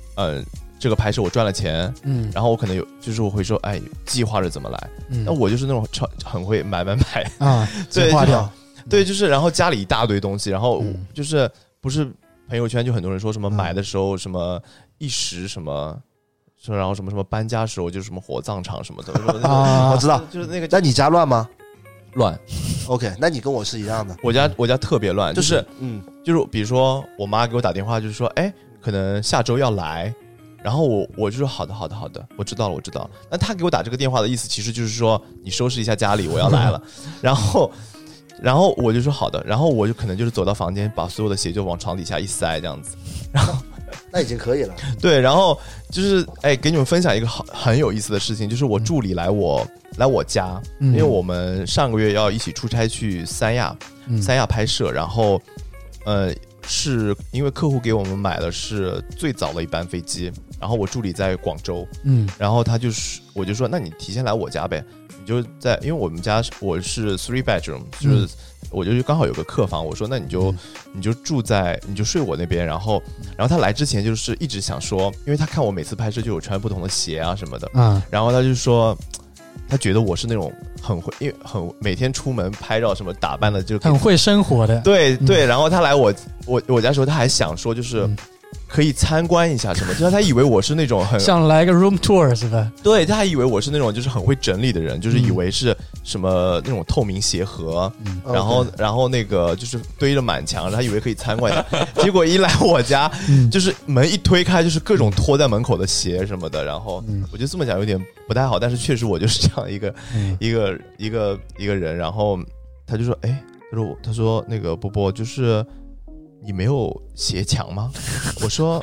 这个拍摄我赚了钱，然后我可能就是我会说，哎，计划着怎么来，那我就是那种很会买啊， 对， 划掉， 对，就是然后家里一大堆东西，然后就是不是朋友圈就很多人说什么买的时候什么一时什么。说然后什么搬家时候就是什么火葬场什么的， 我知道， 就是那个。 那你家乱吗？ 乱。 OK， 那你跟我是一样的。 我家特别乱，就是就是比如说我妈给我打电话，就是说，哎，可能下周要来，然后我就说好的，我知道了。那她给我打这个电话的意思，其实就是说你收拾一下家里，我要来了。然后我就说好的，然后我就可能就是走到房间，把所有的鞋就往床底下一塞这样子，然后。 那已经可以了。 对，然后就是给你们分享一个很有意思的事情，就是我助理来我家，因为我们上个月要一起出差去三亚拍摄，然后是因为客户给我们买的是最早的一班飞机，然后我助理在广州，然后我就说那你提前来我家呗，你就因为我们家我是 3 bedroom， 就是我就刚好有个客房，我说那你就睡我那边，然后他来之前就是一直想说，因为他看我每次拍摄就有穿不同的鞋啊什么的，然后他就说他觉得我是那种很会，因为每天出门拍照什么打扮的就很会生活的， 对，然后他来我家的时候他还想说就是可以参观一下什么，就是他以为我是那种想来个 room tour 是吧？ 对，他还以为我是那种就是很会整理的人，就是以为是什么那种透明鞋盒，然后那个就是堆着满墙，他以为可以参观一下，结果一来我家，就是门一推开就是各种拖在门口的鞋什么的，然后我觉得这么讲有点不太好，但是确实我就是这样一个人，然后他就说，哎，他说那个波波就是。你没有鞋墙吗？我说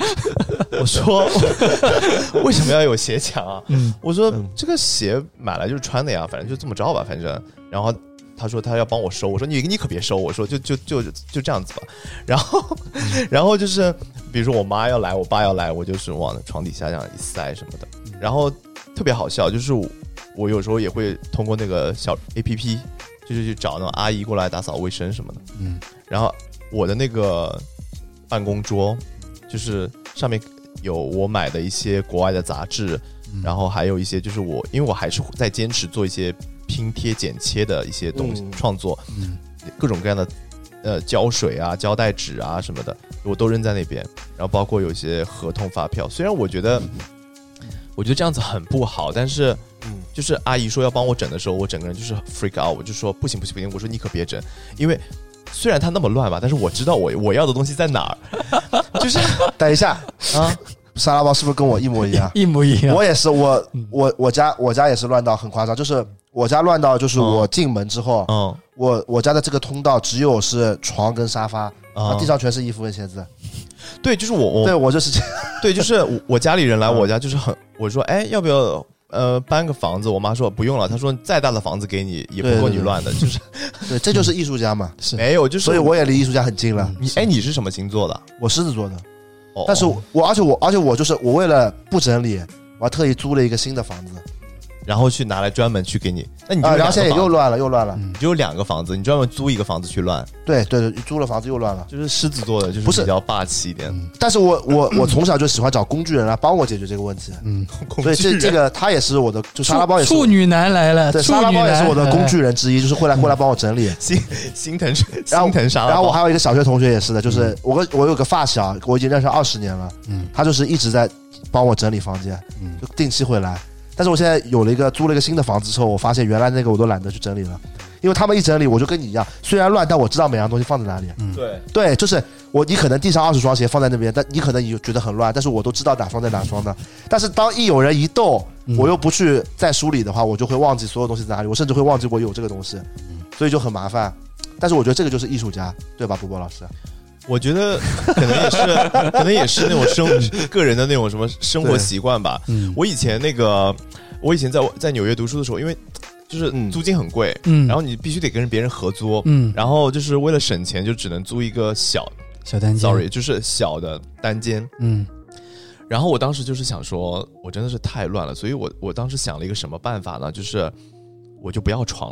为什么要有鞋墙啊？我说这个鞋买来就是穿的呀，反正就这么着吧，反正。然后他说他要帮我收，我说你可别收，我说就这样子吧。然后就是比如说我妈要来，我爸要来，我就是往床底下这样一塞什么的。然后特别好笑，就是我有时候也会通过那个小 APP， 就是去找那种阿姨过来打扫卫生什么的。然后。我的那个办公桌，就是上面有我买的一些国外的杂志，然后还有一些就是因为我还是在坚持做一些拼贴剪切的一些东西创作，各种各样的胶水啊、胶带纸啊什么的，我都扔在那边。然后包括有一些合同发票，虽然我觉得这样子很不好，但是就是阿姨说要帮我整的时候，我整个人就是 freak out， 我就说不行，我说你可别整，因为。虽然它那么乱吧，但是我知道我要的东西在哪儿。就是等一下啊，沙拉包是不是跟我一模一样？ 一模一样。 我也是，我家也是乱到很夸张，就是我家乱到就是我进门之后，我家的这个通道只有是床跟沙发，地上全是衣服跟鞋子。 对，就是对我就是这样。 对，就是我家里人来我家就是我说哎要不要？搬个房子，我妈说不用了。她说再大的房子给你也不够你乱的，就是对，这就是艺术家嘛。 是没有，就是所以我也离艺术家很近了。 你是什么星座的？ 我狮子座的。但是而且我就是我为了不整理，我还特意租了一个新的房子， 然后去拿来专门去给你。那你就然后现在也又乱了。 你就有2个房子，你专门租一个房子去乱。 对，租了房子又乱了。 就是狮子座的，就是比较霸气一点。 但是我从小就喜欢找工具人来帮我解决这个问题。所以这个他也是我的，就沙拉包也是处女男来了。 对，沙拉包也是我的工具人之一，就是会来帮我整理。 心疼沙拉包。 然后我还有一个小学同学也是的，就是我有个发小，我已经认识20年了。他就是一直在帮我整理房间，就定期会来。但是我现在租了一个新的房子之后，我发现原来那个我都懒得去整理了，因为他们一整理，我就跟你一样，虽然乱，但我知道每样东西放在哪里。对，就是你可能地上20双鞋放在那边，但你可能也觉得很乱，但是我都知道哪双在哪双的。但是当一有人一动，我又不去再梳理的话，我就会忘记所有东西在哪里，我甚至会忘记我有这个东西，所以就很麻烦。但是我觉得这个就是艺术家，对吧，波波老师？ 我觉得可能也是那种个人的那种什么生活习惯吧。我以前在纽约读书的时候，因为就是租金很贵，然后你必须得跟别人合租，然后就是为了省钱，就只能租一个小单间 ，sorry， 就是小的单间。然后我当时就是想说，我真的是太乱了，所以我当时想了一个什么办法呢？就是我就不要床了。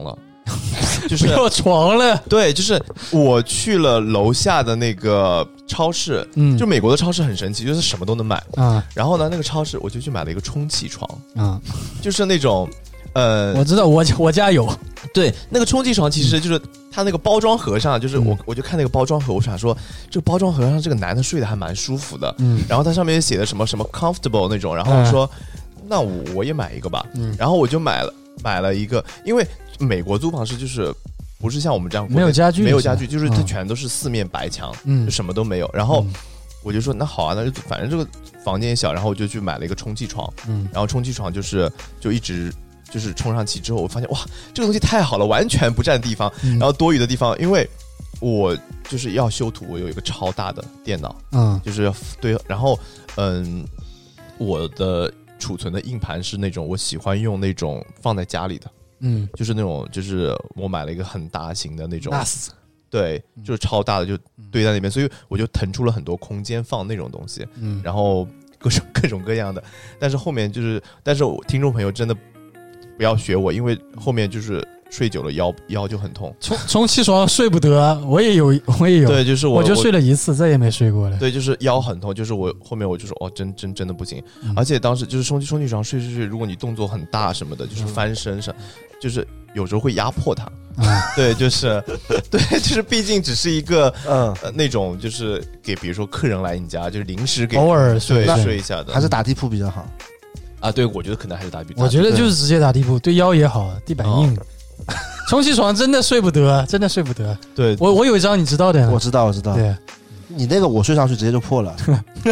就是没有床了。 对，就是我去了楼下的那个超市，就美国的超市很神奇，就是什么都能买啊。然后呢，那个超市我就去买了一个充气床啊，就是那种我知道我家有。 对，那个充气床其实就是它那个包装盒上，就是我就看那个包装盒，我想说这个包装盒上这个男的睡得还蛮舒服的，然后它上面写的什么 comfortable 那种，然后我说那我也买一个吧，然后我就买了一个，因为美国租房是就是不是像我们这样没有家具， 就是它全都是四面白墙，就什么都没有。然后我就说那好啊，那就反正这个房间也小，然后我就去买了一个充气床，然后充气床就一直就是充上气之后，我发现哇，这个东西太好了，完全不占地方，然后多余的地方，因为我就是要修图，我有一个超大的电脑，就是对，然后我的储存的硬盘是那种我喜欢用那种放在家里的。就是那种，就是我买了一个很大型的那种，对，就是超大的，就堆在那边，所以我就腾出了很多空间放那种东西，然后各种各样的。但是后面就是，但是听众朋友真的不要学我，因为后面就是睡久了腰就很痛。 充气床睡不得，我也有。 对，就是我就睡了一次，再也没睡过了。 对，就是腰很痛，就是后面我就说哦，真的不行。而且当时就是充气床睡，如果你动作很大什么的，就是翻身上。就是有时候会压迫它，对，就是对，就是毕竟只是一个那种就是给比如说客人来你家就是临时给偶尔睡一下的， 还是打地铺比较好啊？对，我觉得可能还是打地铺。 我觉得就是直接打地铺，对腰也好，地板硬。充气床真的睡不得，真的睡不得。 对， 我有一张你知道的， 我知道。 对。 你那个我睡上去直接就破了，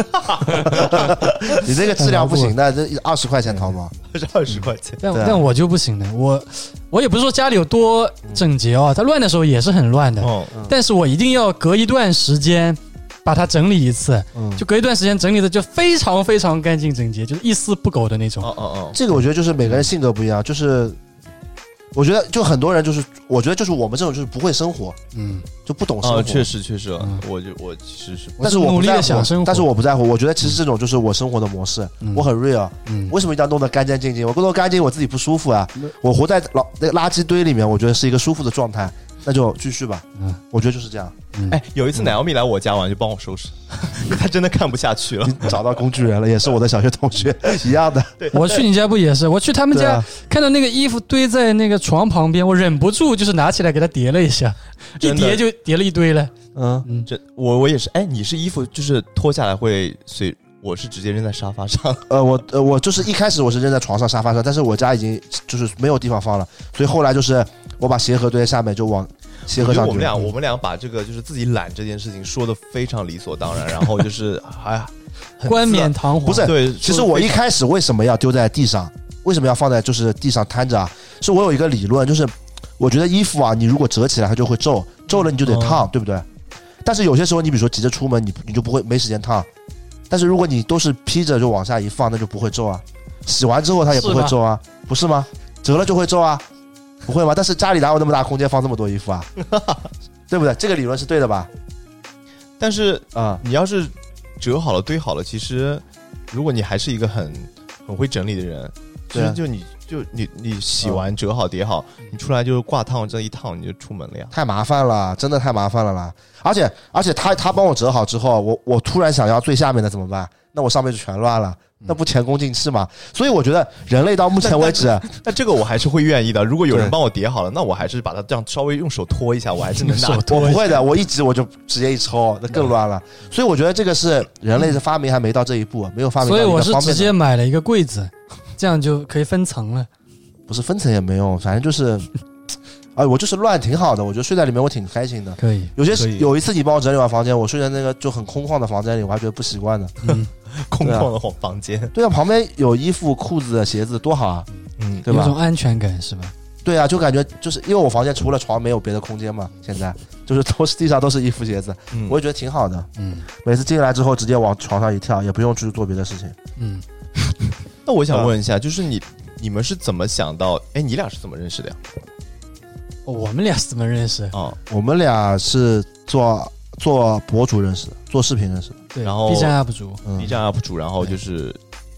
你那个质量不行的，这20块钱淘宝是20块钱， 但我就不行的，我也不是说家里有多整洁哦，它乱的时候也是很乱的，但是我一定要隔一段时间把它整理一次，就隔一段时间整理的就非常非常干净整洁，就是一丝不苟的那种。 这个我觉得就是每个人性格不一样，就是我觉得就很多人就是，我觉得就是我们这种就是不会生活，就不懂生活。 确实，我其实是， 但是我努力的想生活， 但是我不在乎。我觉得其实这种就是我生活的模式，我很 real。为什么一定要弄得干干净净？我弄得干净，我自己不舒服啊。我活在那个垃圾堆里面，我觉得是一个舒服的状态。那就继续吧，我觉得就是这样。 有一次奶奥米来我家玩，就帮我收拾，他真的看不下去了。 你找到工具人了，也是我的小学同学一样的。 对，我去你家不也是？我去他们家，看到那个衣服堆在那个床旁边，我忍不住就是拿起来给他叠了一下，一叠就叠了一堆了。 我也是。你是衣服就是脱下来会随？我是直接扔在沙发上。 我就是一开始我是扔在床上沙发上，但是我家已经就是没有地方放了，所以后来就是我把鞋盒堆在下面，就往鞋盒上。 我们俩把这个就是自己懒这件事情说的非常理所当然，然后就是冠冕堂皇。 不是， 对， 其实我一开始为什么要丢在地上？为什么要放在就是地上摊着啊？是我有一个理论，就是我觉得衣服啊，你如果折起来它就会皱，皱了你就得烫，对不对？但是有些时候你比如说急着出门，你就不会没时间烫。但是如果你都是披着就往下一放，那就不会皱啊。洗完之后它也不会皱啊，不是吗？折了就会皱啊，不会吗？但是家里哪有那么大空间放这么多衣服啊？对不对？这个理论是对的吧？ 但是你要是折好了堆好了，其实如果你还是一个很会整理的人，其实你洗完折好叠好，你出来就挂烫，这一烫你就出门了呀。 太麻烦了，真的太麻烦了啦！而且他帮我折好之后，我突然想要最下面的怎么办？那我上面就全乱了，那不前功尽弃吗？所以我觉得人类到目前为止， 那这个我还是会愿意的。如果有人帮我叠好了，那我还是把它这样稍微用手拖一下，我还是能拿。 我不会的，我一直我就直接一抽，那更乱了。所以我觉得这个是人类的发明还没到这一步，没有发明到一个方面。 所以我是直接买了一个柜子，这样就可以分层了。 不是分层也没用，反正就是，我就是乱挺好的，我觉得睡在里面我挺开心的。 可以， 有一次你帮我整理完房间，我睡在那个就很空旷的房间里，我还觉得不习惯的。 空旷的房间。 对啊，旁边有衣服、裤子、鞋子，多好啊。对吧？ 有种安全感是吧？ 对啊，就感觉就是因为我房间除了床没有别的空间嘛，现在就是地上都是衣服鞋子，我也觉得挺好的。每次进来之后直接往床上一跳，也不用去做别的事情。 那我想问一下，就是你们是怎么想到？你俩是怎么认识的呀？ 我们俩是怎么认识？ 我们俩是做博主认识的，做视频认识的。 对， 然后 B 站 UP 主， B 站 UP 主，然后就是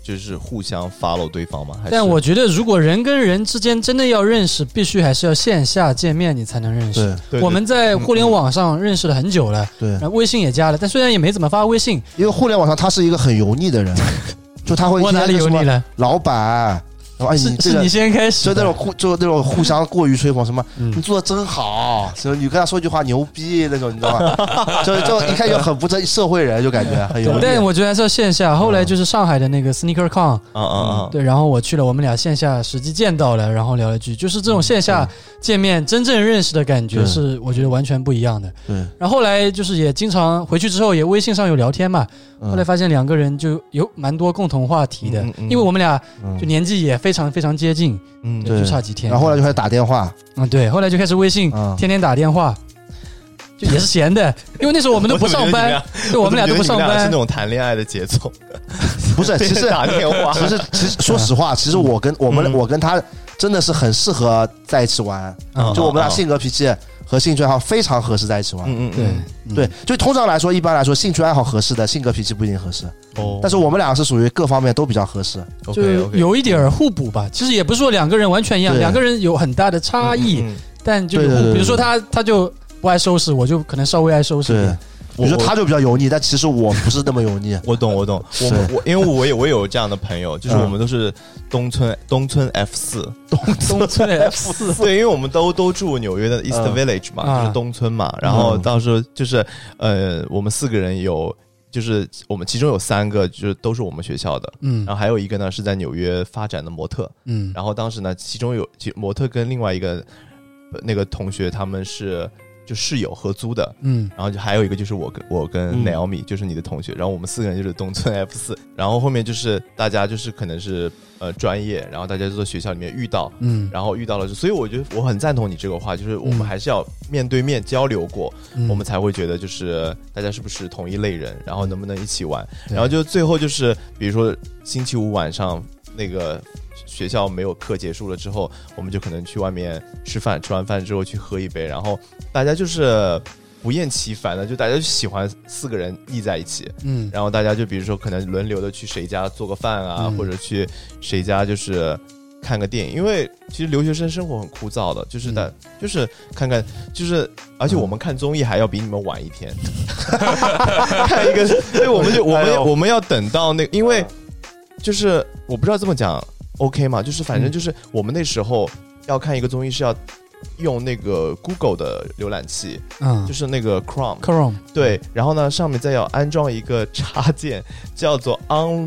就是互相 follow 对方吗？ 但我觉得如果人跟人之间真的要认识，必须还是要线下见面你才能认识。 对， 我们在互联网上认识了很久了，对，然后微信也加了，但虽然也没怎么发微信， 因为互联网上他是一个很油腻的人，就他会我哪里油腻了？ 老板。 是你先开始， 就那种互相过于吹捧什么，你做的真好，你跟他说句话牛逼那种，你知道吗？就一看就很不社会人，就感觉很有。 但我觉得还是要线下。后来就是上海的那个 SneakerCon，对，然后我去了，我们俩线下实际见到了，然后聊了句，就是这种线下见面真正认识的感觉是我觉得完全不一样的。 对。 然后后来就是也经常回去之后也微信上有聊天嘛，后来发现两个人就有蛮多共同话题的，因为我们俩就年纪也非常非常接近，就差几天。 然后后来就开始打电话， 对，后来就开始微信，天天打电话，就也是闲的，因为那时候我们都不上班，对，我们俩都不上班， 是那种谈恋爱的节奏， 不是，其实打电话， 其实说实话，其实我跟他真的是很适合在一起玩，就我们俩性格脾气和兴趣爱好非常合适在一起玩。对，就通常来说，一般来说，兴趣爱好合适的，性格脾气不一定合适。但是我们俩是属于各方面都比较合适， 就有一点互补吧。其实也不是说两个人完全一样，两个人有很大的差异，但就有互补。比如说他就不爱收拾，我就可能稍微爱收拾一点。 比如说他就比较油腻，但其实我不是那么油腻。 我懂，我因为我有这样的朋友，就是我们都是东村 F4， 东村 F4， 对，因为我们都住纽约的 East Village 嘛，就是东村嘛。然后到时候就是我们4个人有，就是我们其中有3个就是都是我们学校的，然后还有一个呢是在纽约发展的模特，然后当时呢其中有模特跟另外一个那个同学他们是。就室友合租的，然后就还有一个就是我跟 Naomi，就是你的同学，然后我们4个人就是东村 F4，然后后面就是大家就是可能是专业，然后大家就在学校里面遇到，然后遇到了，所以我觉得我很赞同你这个话，就是我们还是要面对面交流过，我们才会觉得就是大家是不是同一类人，然后能不能一起玩，然后就最后就是比如说星期五晚上那个。学校没有课结束了之后，我们就可能去外面吃饭，吃完饭之后去喝一杯，然后大家就是不厌其烦的，就大家就喜欢4个人腻在一起，然后大家就比如说可能轮流的去谁家做个饭啊，或者去谁家就是看个电影，因为其实留学生生活很枯燥的，就是就是看看，就是而且我们看综艺还要比你们晚一天，看一个，所以我们要等到那个，因为就是我不知道这么讲。OK 嘛，就是反正就是我们那时候要看一个综艺是要用那个 Google 的浏览器，就是那个 Chrome， 对，然后呢上面再要安装一个插件叫做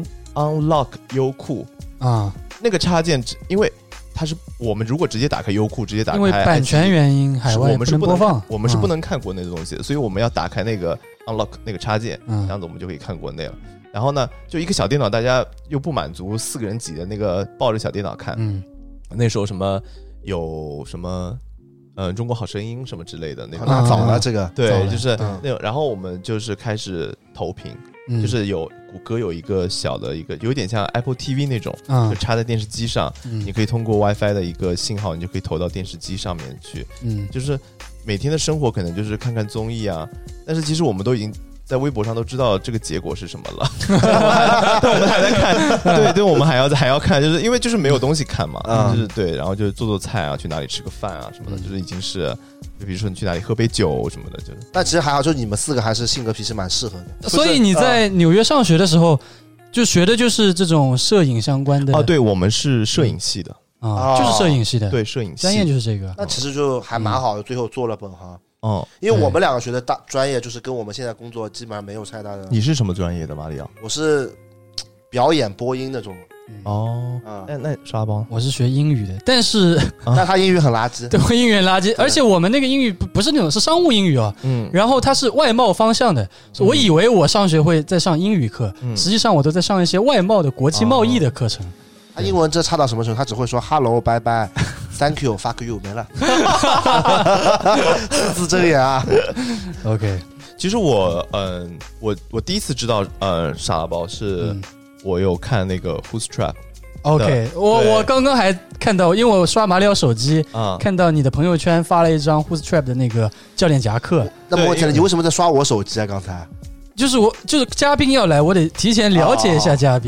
Unlock 优酷啊，那个插件因为它是我们如果直接打开优酷，直接打开，因为版权原因，海外我们是不能播放， 我们是不能看国内的东西的，所以我们要打开那个 Unlock 那个插件，这样子我们就可以看国内了。然后呢，就一个小电脑，大家又不满足4个人挤的那个抱着小电脑看。那时候有什么中国好声音什么之类的那种。 那早了这个。 对，就是那种。然后我们就是开始投屏，就是有谷歌有一个小的一个，有点像 Apple TV 那种，就插在电视机上，你可以通过 WiFi 的一个信号，你就可以投到电视机上面去。就是每天的生活可能就是看看综艺啊，但是其实我们都已经。在微博上都知道这个结果是什么了，但我们还在看，对，我们还要看，就是因为就是没有东西看嘛，就是对，然后就做菜啊，去哪里吃个饭啊什么的，就是已经是，就比如说你去哪里喝杯酒什么的，就是。 但其实还好，就你们4个还是性格脾气蛮适合的。 所以你在纽约上学的时候，就学的就是这种摄影相关的。 对，我们是摄影系的就是摄影系的， 对，摄影系专业就是这个。 那其实就还蛮好的，最后做了本行。因为我们2个学的专业就是跟我们现在工作基本上没有太大的。 你是什么专业的，马里奥？ 我是表演播音那种。 那沙包， 我是学英语的，但他英语很垃圾。 对，我英语很垃圾，而且我们那个英语不是那种是商务英语然后它是外贸方向的，我以为我上学会在上英语课，实际上我都在上一些外贸的国际贸易的课程。 他英文这差到什么程度？他只会说 hello bye bye thank you fuck you 没了，字睁眼啊。 OK， 其实我第一次知道傻拉包是我有看那个 Who's Trap。OK， 我刚刚还看到，因为我刷马里奥手机看到你的朋友圈发了一张 Who's Trap 的那个教练夹克。 那么我问你为什么在刷我手机啊？刚才就是嘉宾要来，我得提前了解一下嘉宾。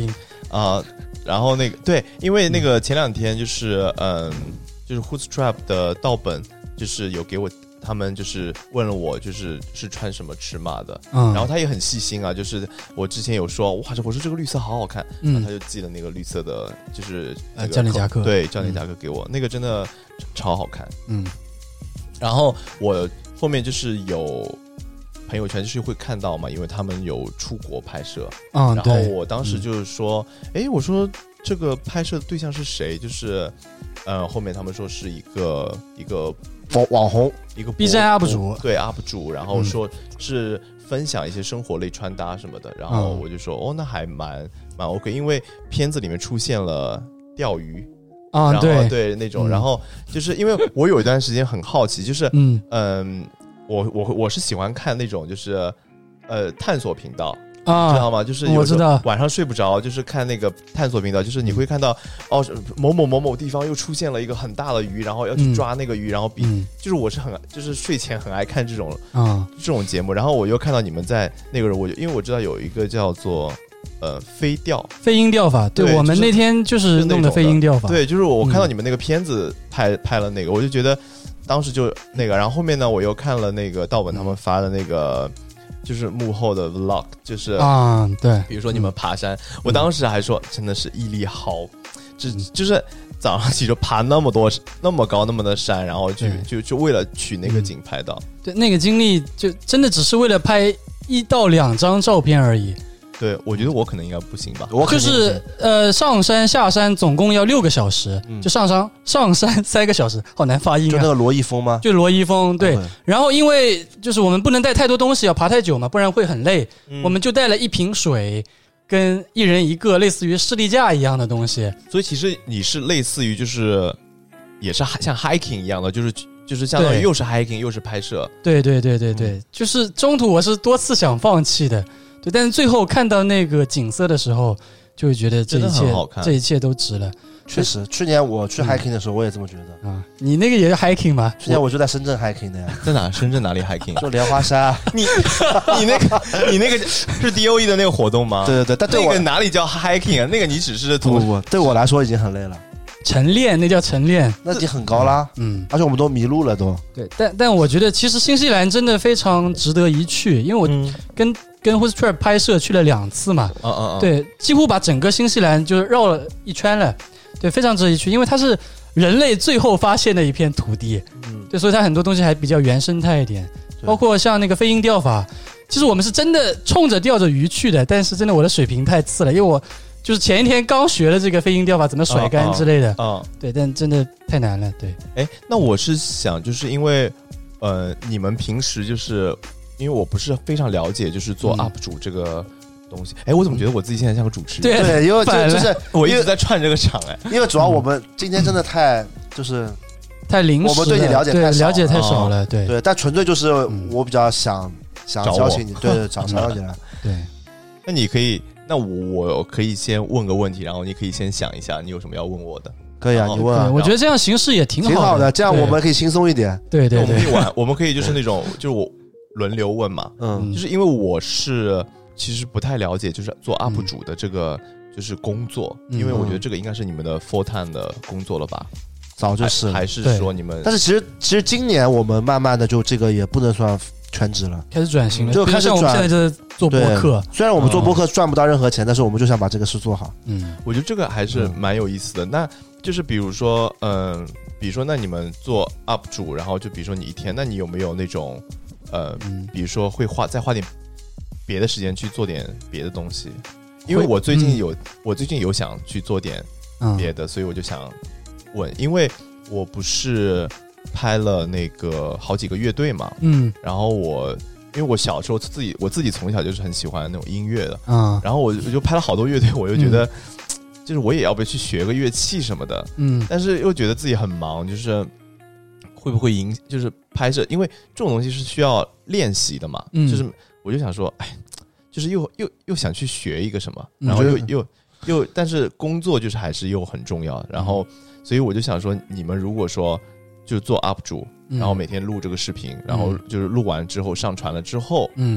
然后那个对，因为那个前2天就是就是 Who's Trap 的盗本就是有给我。他们就是问了我，就是穿什么尺码的，然后他也很细心啊，就是我之前有说，哇，我说这个绿色好好看，然后他就寄了那个绿色的，就是教练夹克， 对，教练夹克给我，那个真的超好看，然后我后面就是有朋友圈就是会看到嘛，因为他们有出国拍摄，然后我当时就是说，我说这个拍摄的对象是谁？就是后面他们说是一个网红， 一个 B 站 UP 主， 对 UP 主，然后说是分享一些生活类穿搭什么的，然后我就说那还蛮 OK， 因为片子里面出现了钓鱼啊， 对那种，然后就是因为我有一段时间很好奇，就是我是喜欢看那种就是探索频道。知道吗？就是我知道晚上睡不着，就是看那个探索频道，就是你会看到某某地方又出现了一个很大的鱼，然后要去抓那个鱼，然后就是我是就是睡前很爱看这种节目，然后我又看到你们在那个人，因为我知道有一个叫做飞鹰钓法，对，我们那天就是弄的飞鹰钓法， 对，就是我看到你们那个片子拍了那个，我就觉得当时就那个，然后后面呢我又看了那个盗本他们发的那个。就是幕后的 vlog， 就是对， 比如说你们爬山，我当时还说真的是毅力好，就是早上起就爬那么高那么的山，然后就为了取那个景拍到， 对，那个经历就真的只是为了拍1到2张照片而已。 对，我觉得我可能应该不行吧。 我就是上山下山总共要6个小时，就上山3个小时，好难发音啊。 就那个罗一峰吗？ 就罗一峰，对。然后因为就是我们不能带太多东西，要爬太久嘛，不然会很累。我们就带了1瓶水，跟1人1个类似于士力架一样的东西。 所以其实你是类似于就是也是像 hiking 一样的，就是相当于又是 hiking 又是拍摄。 对，就是中途我是多次想放弃的。对，但是最后看到那个景色的时候，就会觉得这一切都值了。 确实，去年我去 hiking 的时候，我也这么觉得啊。你那个也是 hiking 吗？ 去年我就在深圳 hiking 的呀。 在哪？深圳哪里 hiking？ 就莲花山。 你那个是 DOE 的那个活动吗？ 对，但对那个哪里叫 hiking 啊？那个你只是不，对我来说已经很累了。 晨练，那叫晨练， 那已经很高啦。而且我们都迷路了都。 对，但我觉得其实新西兰真的非常值得一去，因为我跟 Who's Trap 拍摄去了2次嘛，对，几乎把整个新西兰就绕了一圈了，对，非常值得一去，因为它是人类最后发现的一片土地，对，所以它很多东西还比较原生态一点，包括像那个飞鹰钓法，其实我们是真的冲着钓着鱼去的，但是真的我的水平太次了，因为我就是前一天刚学了这个飞鹰钓法怎么甩竿之类的，对，但真的太难了，对。 那我是想就是因为你们平时就是因为我不是非常了解就是做 UP 主这个东西，我怎么觉得我自己现在像个主持人？ 对，因为就是我一直在串这个场， 因为主要我们今天真的太临时， 我们对你了解太少了， 对，但纯粹就是我比较想邀请你，对，想邀请来， 对。 那你可以，那我可以先问个问题，然后你可以先想一下，你有什么要问我的？ 可以啊，你问啊。 我觉得这样形式也挺好的， 这样我们可以轻松一点。 对， 我们可以就是那种，就是我轮流问嘛，就是因为我是其实不太了解，就是做 UP 主的这个就是工作，因为我觉得这个应该是你们的 full time 的工作了吧？ 早就是还是说你们？ 但是其实今年我们慢慢的就这个也不能算全职了， 开始转型了， 就开始我们现在就做播客。 虽然我们做播客赚不到任何钱，但是我们就想把这个事做好。 我觉得这个还是蛮有意思的。那就是比如说，那你们做 UP 主，然后就比如说你一天，那你有没有那种比如说会再花点别的时间去做点别的东西？因为我最近有想去做点别的，所以我就想问，因为我不是拍了那个好几个乐队嘛，然后因为我小时候我自己从小就是很喜欢那种音乐的，然后我就拍了好多乐队，我就觉得，就是我也要不要去学个乐器什么的，但是又觉得自己很忙，就是会不会就是拍摄，因为这种东西是需要练习的嘛，就是我就想说，就是又想去学一个什么，然后又但是工作就是还是又很重要，然后所以我就想说，你们如果说就做 UP 主，然后每天录这个视频，然后就是录完之后上传了之后，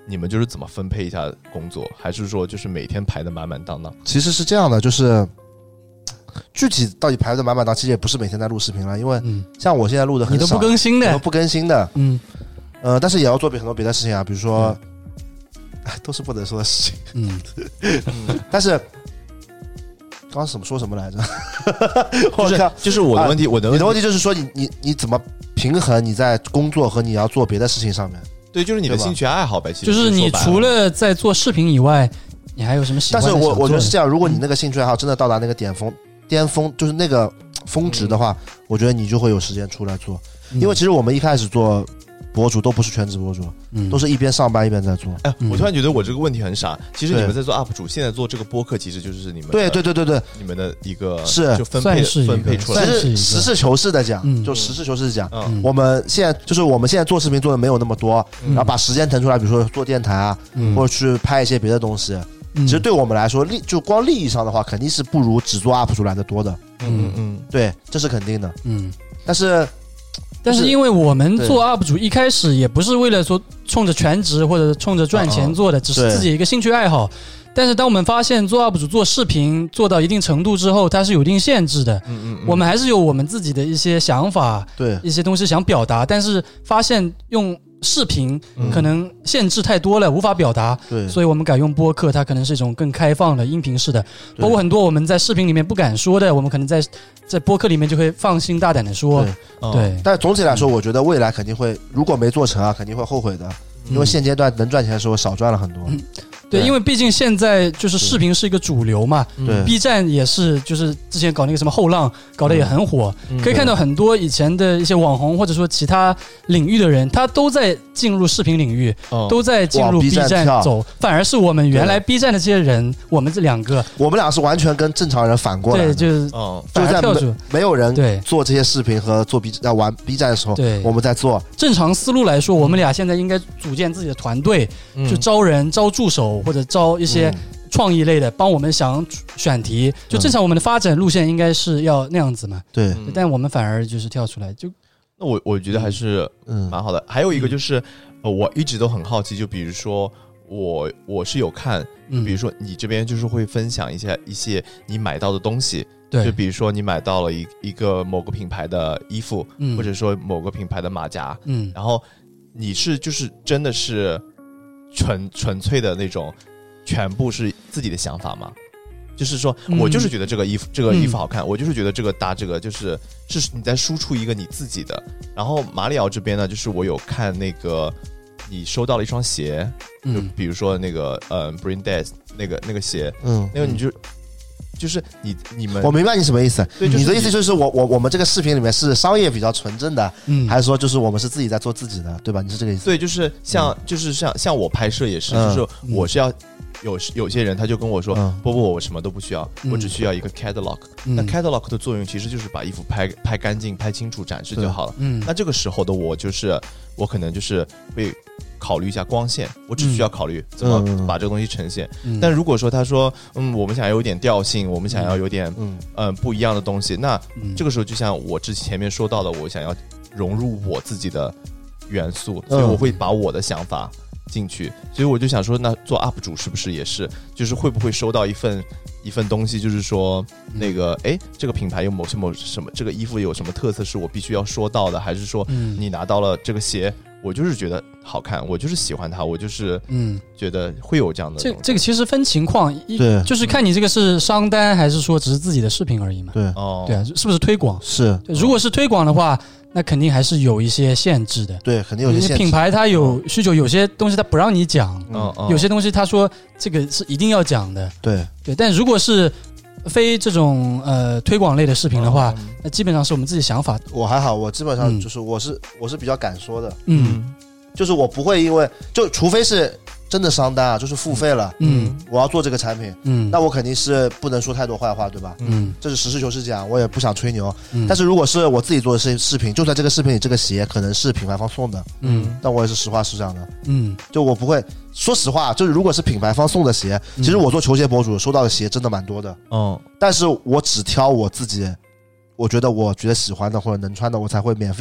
你们就是怎么分配一下工作，还是说就是每天排得满满当当？ 其实是这样的，就是具体到底排得满满当，其实也不是每天在录视频了，因为像我现在录的很少， 你都不更新的， 都不更新的，但是也要做很多别的事情啊，比如说，都是不能说的事情，但是。刚刚说什么来着？ 就是我的问题， 你的问题就是说你怎么平衡你在工作和你要做别的事情上面？ 对，就是你的兴趣爱好呗。其实就是你除了在做视频以外，你还有什么喜欢的？ 但是我觉得是这样，如果你那个兴趣爱好真的到达那个巅峰，就是那个峰值的话，我觉得你就会有时间出来做。因为其实我们一开始做博主都不是全职博主，都是一边上班一边在做。 我突然觉得我这个问题很傻。其实你们在做 UP 主，现在做这个播客，其实就是你们对， 你们的一个是就分配出来， 实事求是的讲，就实事求是的讲。我们现在做视频做的没有那么多，然后把时间腾出来，比如说做电台啊，或者去拍一些别的东西。其实对我们来说，就光利益上的话，肯定是不如只做 UP 主来的多的。对，这是肯定的。但是因为我们做 UP 主一开始也不是为了说冲着全职或者冲着赚钱做的，只是自己一个兴趣爱好。但是当我们发现做 UP 主做视频做到一定程度之后，它是有一定限制的。我们还是有我们自己的一些想法， 对一些东西想表达，但是发现用视频可能限制太多了，无法表达，所以我们改用播客，它可能是一种更开放的音频式的，包括很多我们在视频里面不敢说的，我们可能在播客里面就会放心大胆的说。对， 但总体来说，我觉得未来肯定会，如果没做成啊，肯定会后悔的，因为现阶段能赚钱的时候少赚了很多。 对，因为毕竟现在就是视频是一个主流嘛， 对 ，B 站也是，就是之前搞那个什么后浪，搞得也很火，可以看到很多以前的一些网红或者说其他领域的人，他都在进入视频领域，都在进入 B 站走，反而是我们原来 B 站的这些人，我们俩是完全跟正常人反过来的， 对，就是就在没有人做这些视频和做玩 B 站的时候，我们在做。 正常思路来说，我们俩现在应该组建自己的团队，就招人、招助手。或者招一些创意类的帮我们想选题，就正常我们的发展路线应该是要那样子嘛。 对， 但我们反而就是跳出来，就那我觉得还是蛮好的。还有一个就是，我一直都很好奇，就比如说我是有看，比如说你这边就是会分享一些你买到的东西， 对， 就比如说你买到了一个某个品牌的衣服，或者说某个品牌的马甲，然后你是就是真的是。纯粹的那种，全部是自己的想法吗？就是说我就是觉得这个衣服好看，我就是觉得这个搭这个是你在输出一个你自己的。然后马里奥这边呢，就是我有看那个你收到了一双鞋，就比如说那个Brain Dead 那个鞋，那个你就是你们， 我明白你什么意思。 对，就是、 你的意思就是我们这个视频里面是商业比较纯正的，还是说就是我们是自己在做自己的，对吧？你是这个意思？ 对，就是像我拍摄也是，就是我是要有些人他就跟我说，波我什么都不需要，我只需要一个 catalog。那 catalog 的作用其实就是把衣服拍干净、拍清楚、展示就好了。那这个时候的我可能就是会考虑一下光线，我只需要考虑怎么把这个东西呈现。但如果说他说我们想要有点调性，我们想要有点不一样的东西，那这个时候就像我前面说到的，我想要融入我自己的元素，所以我会把我的想法进去。所以我就想说，那做 UP 主是不是也是，就是会不会收到一份东西，就是说那个这个品牌有某什么这个衣服有什么特色是我必须要说到的，还是说你拿到了这个鞋，我就是觉得好看，我就是喜欢它，我就是觉得会有这样的这个其实分情况， 对， 就是看你这个是商单还是说只是自己的视频而已嘛。 对， 对啊，是不是推广？ 是， 如果是推广的话，那肯定还是有一些限制的。 对，肯定有一些限制。 品牌它有需求，有些东西它不让你讲，有些东西它说这个是一定要讲的。 对， 但如果是非这种推广类的视频的话，那基本上是我们自己想法。 我还好，我基本上就是我是比较敢说的，就是我不会因为除非是真的商单啊，就是付费了，我要做这个产品，那我肯定是不能说太多坏话，对吧？这是实事求是讲，我也不想吹牛。但是如果是我自己做的视频，就算这个视频里这个鞋可能是品牌方送的，但我也是实话实讲的，就我不会，说实话，就是如果是品牌方送的鞋，其实我做球鞋博主收到的鞋真的蛮多的，但是我只挑我自己，我觉得喜欢的或者能穿的，我才会免费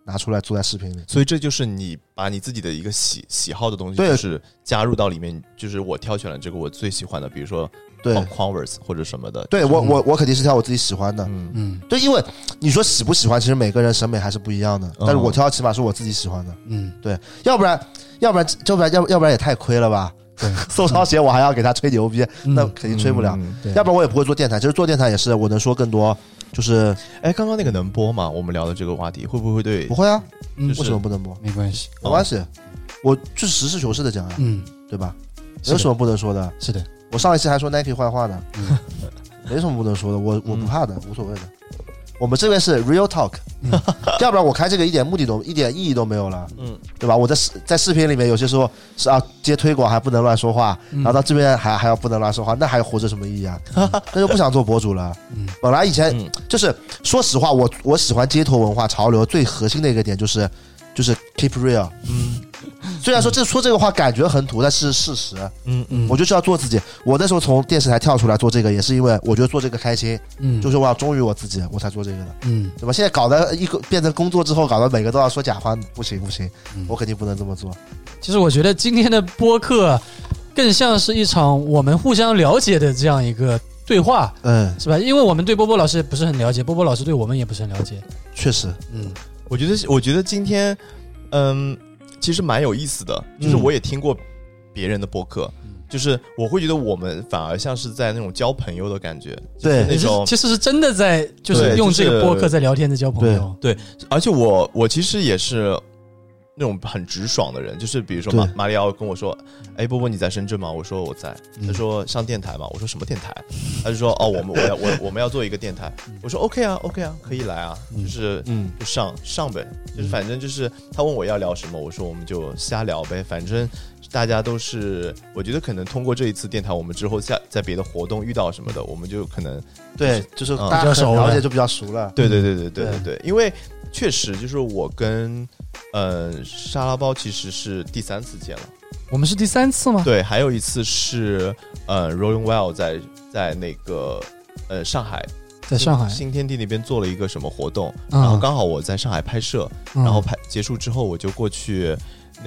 拿出来做在视频里。 所以这就是你把你自己的一个喜好的东西，就是加入到里面，就是我挑选了这个我最喜欢的，比如说对 Converse 或者什么的。 对，我肯定是挑我自己喜欢的。对，因为你说喜不喜欢，其实每个人审美还是不一样的。但是我挑起码是我自己喜欢的。对，要不然也太亏了吧。对，宋超贤我还要给他吹牛逼，那肯定吹不了。要不然我也不会做电台。其实做电台也是我能说更多，就是刚刚那个能播吗？我们聊的这个话题会不会对？ 不会啊，为什么不能播？ 没关系， 没关系，我就实事求是的讲啊，对吧？没有什么不能说的。 是的， 我上一期还说 Nike 坏话呢，没什么不能说的，我不怕的，无所谓的。我们这边是 real talk，要不然我开这个一点意义都没有了，对吧？我在视频里面有些时候是接推广还不能乱说话，然后到这边还要不能乱说话，那还活着什么意义啊？那就不想做博主了。本来以前就是说实话，我喜欢街头文化潮流最核心的一个点就是 keep real。虽然说说这个话感觉很土，但是事实。我就是要做自己。我那时候从电视台跳出来做这个，也是因为我觉得做这个开心。就是我要忠于我自己，我才做这个的。对吧？现在搞得变成工作之后，搞得每个都要说假话，不行，我肯定不能这么做。 其实我觉得今天的播客更像是一场我们互相了解的这样一个对话，是吧？因为我们对波波老师不是很了解，波波老师对我们也不是很了解。 确实， 我觉得今天，其实蛮有意思的，就是我也听过别人的播客，就是我会觉得我们反而像是在那种交朋友的感觉， 对， 那种其实是真的在就是用这个播客在聊天，在交朋友。 对，而且我其实也是那种很直爽的人，就是比如说马里奥跟我说，哎，波波你在深圳吗？我说我在。他说上电台吗？我说什么电台？他就说我们要做一个电台。我说 OK 啊，可以来啊，就是就上呗，就是反正就是他问我要聊什么，我说我们就瞎聊呗，反正大家都是，我觉得可能通过这一次电台，我们之后在别的活动遇到什么的，我们就可能对，就是大家很了解就比较熟了。 对，因为确实就是我跟沙拉包其实是第3次见了。 我们是第3次吗？ 对，还有一次是Rolling Well 在那个上海， 在上海新天地那边做了一个什么活动，然后刚好我在上海拍摄，然后结束之后我就过去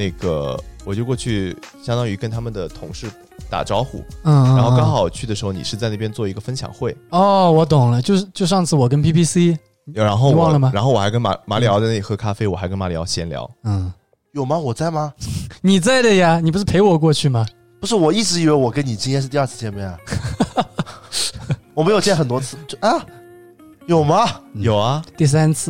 相当于跟他们的同事打招呼，然后刚好去的时候你是在那边做一个分享会。 哦，我懂了，就上次我跟 PPC， 然后你忘了吗？ 然后我还跟马里奥在那里喝咖啡，我还跟马里奥闲聊。 有吗？我在吗？ 你在的呀，你不是陪我过去吗？ 不是，我一直以为我跟你今天是第2次见面啊。我没有见很多次，有吗？ 有啊， 第三次。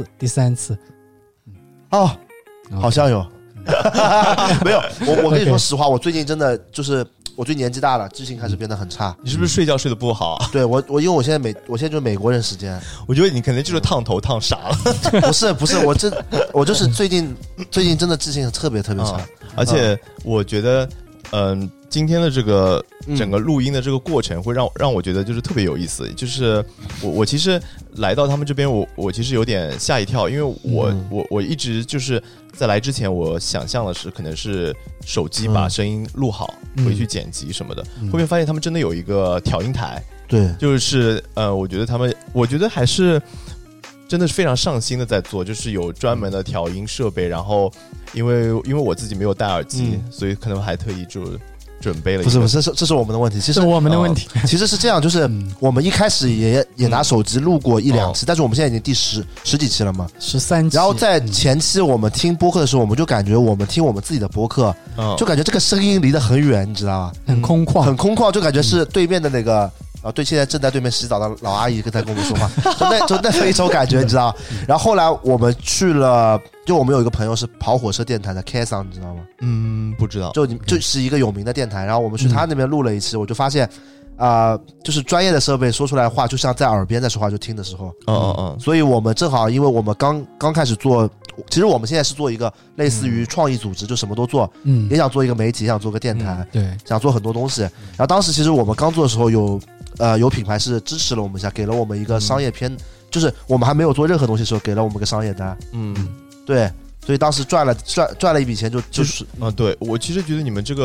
哦，好像有。没有，我跟你说实话，我最近真的就是我最近年纪大了，记性开始变得很差。 你是不是睡觉睡得不好？ 对，我因为我现在就是美国人时间， 我觉得你可能就是烫头烫傻了。 不是，我就是最近真的记性特别差。 而且我觉得今天的这个整个录音的这个过程会让我觉得就是特别有意思，就是我其实来到他们这边，我其实有点吓一跳，因为我一直就是在来之前我想象的是可能是手机把声音录好，回去剪辑什么的，后面发现他们真的有一个调音台， 对， 就是我觉得还是真的是非常上心的在做，就是有专门的调音设备，然后因为我自己没有戴耳机，所以可能还特意就准备了一个。 不是，这是我们的问题。其实是我们的问题。 其实是这样，就是我们一开始也拿手机录过1-2期，但是我们现在已经第十几期了嘛 ，13期。 然后在前期我们听播客的时候，我们就感觉我们听我们自己的播客，就感觉这个声音离得很远，你知道吧？ 很空旷， 就感觉是对面的那个。对，现在正在对面洗澡的老阿姨在跟我们说话，就那一种感觉，你知道？然后后来我们去了，就我们有一个朋友是跑火车电台的 Kason， 你知道吗？ 不知道。 就是一个有名的电台，然后我们去他那边录了一期，我就发现，就是专业的设备说出来的话，就像在耳边在说话，就听的时候，所以我们正好，因为我们刚开始做，其实我们现在是做一个类似于创意组织，就什么都做，也想做一个媒体，也想做个电台， 对， 想做很多东西。然后当时其实我们刚做的时候有品牌是支持了我们一下，给了我们一个商业片，就是我们还没有做任何东西的时候，给了我们个商业单。对，所以当时赚了一笔钱，就是对，我其实觉得你们这个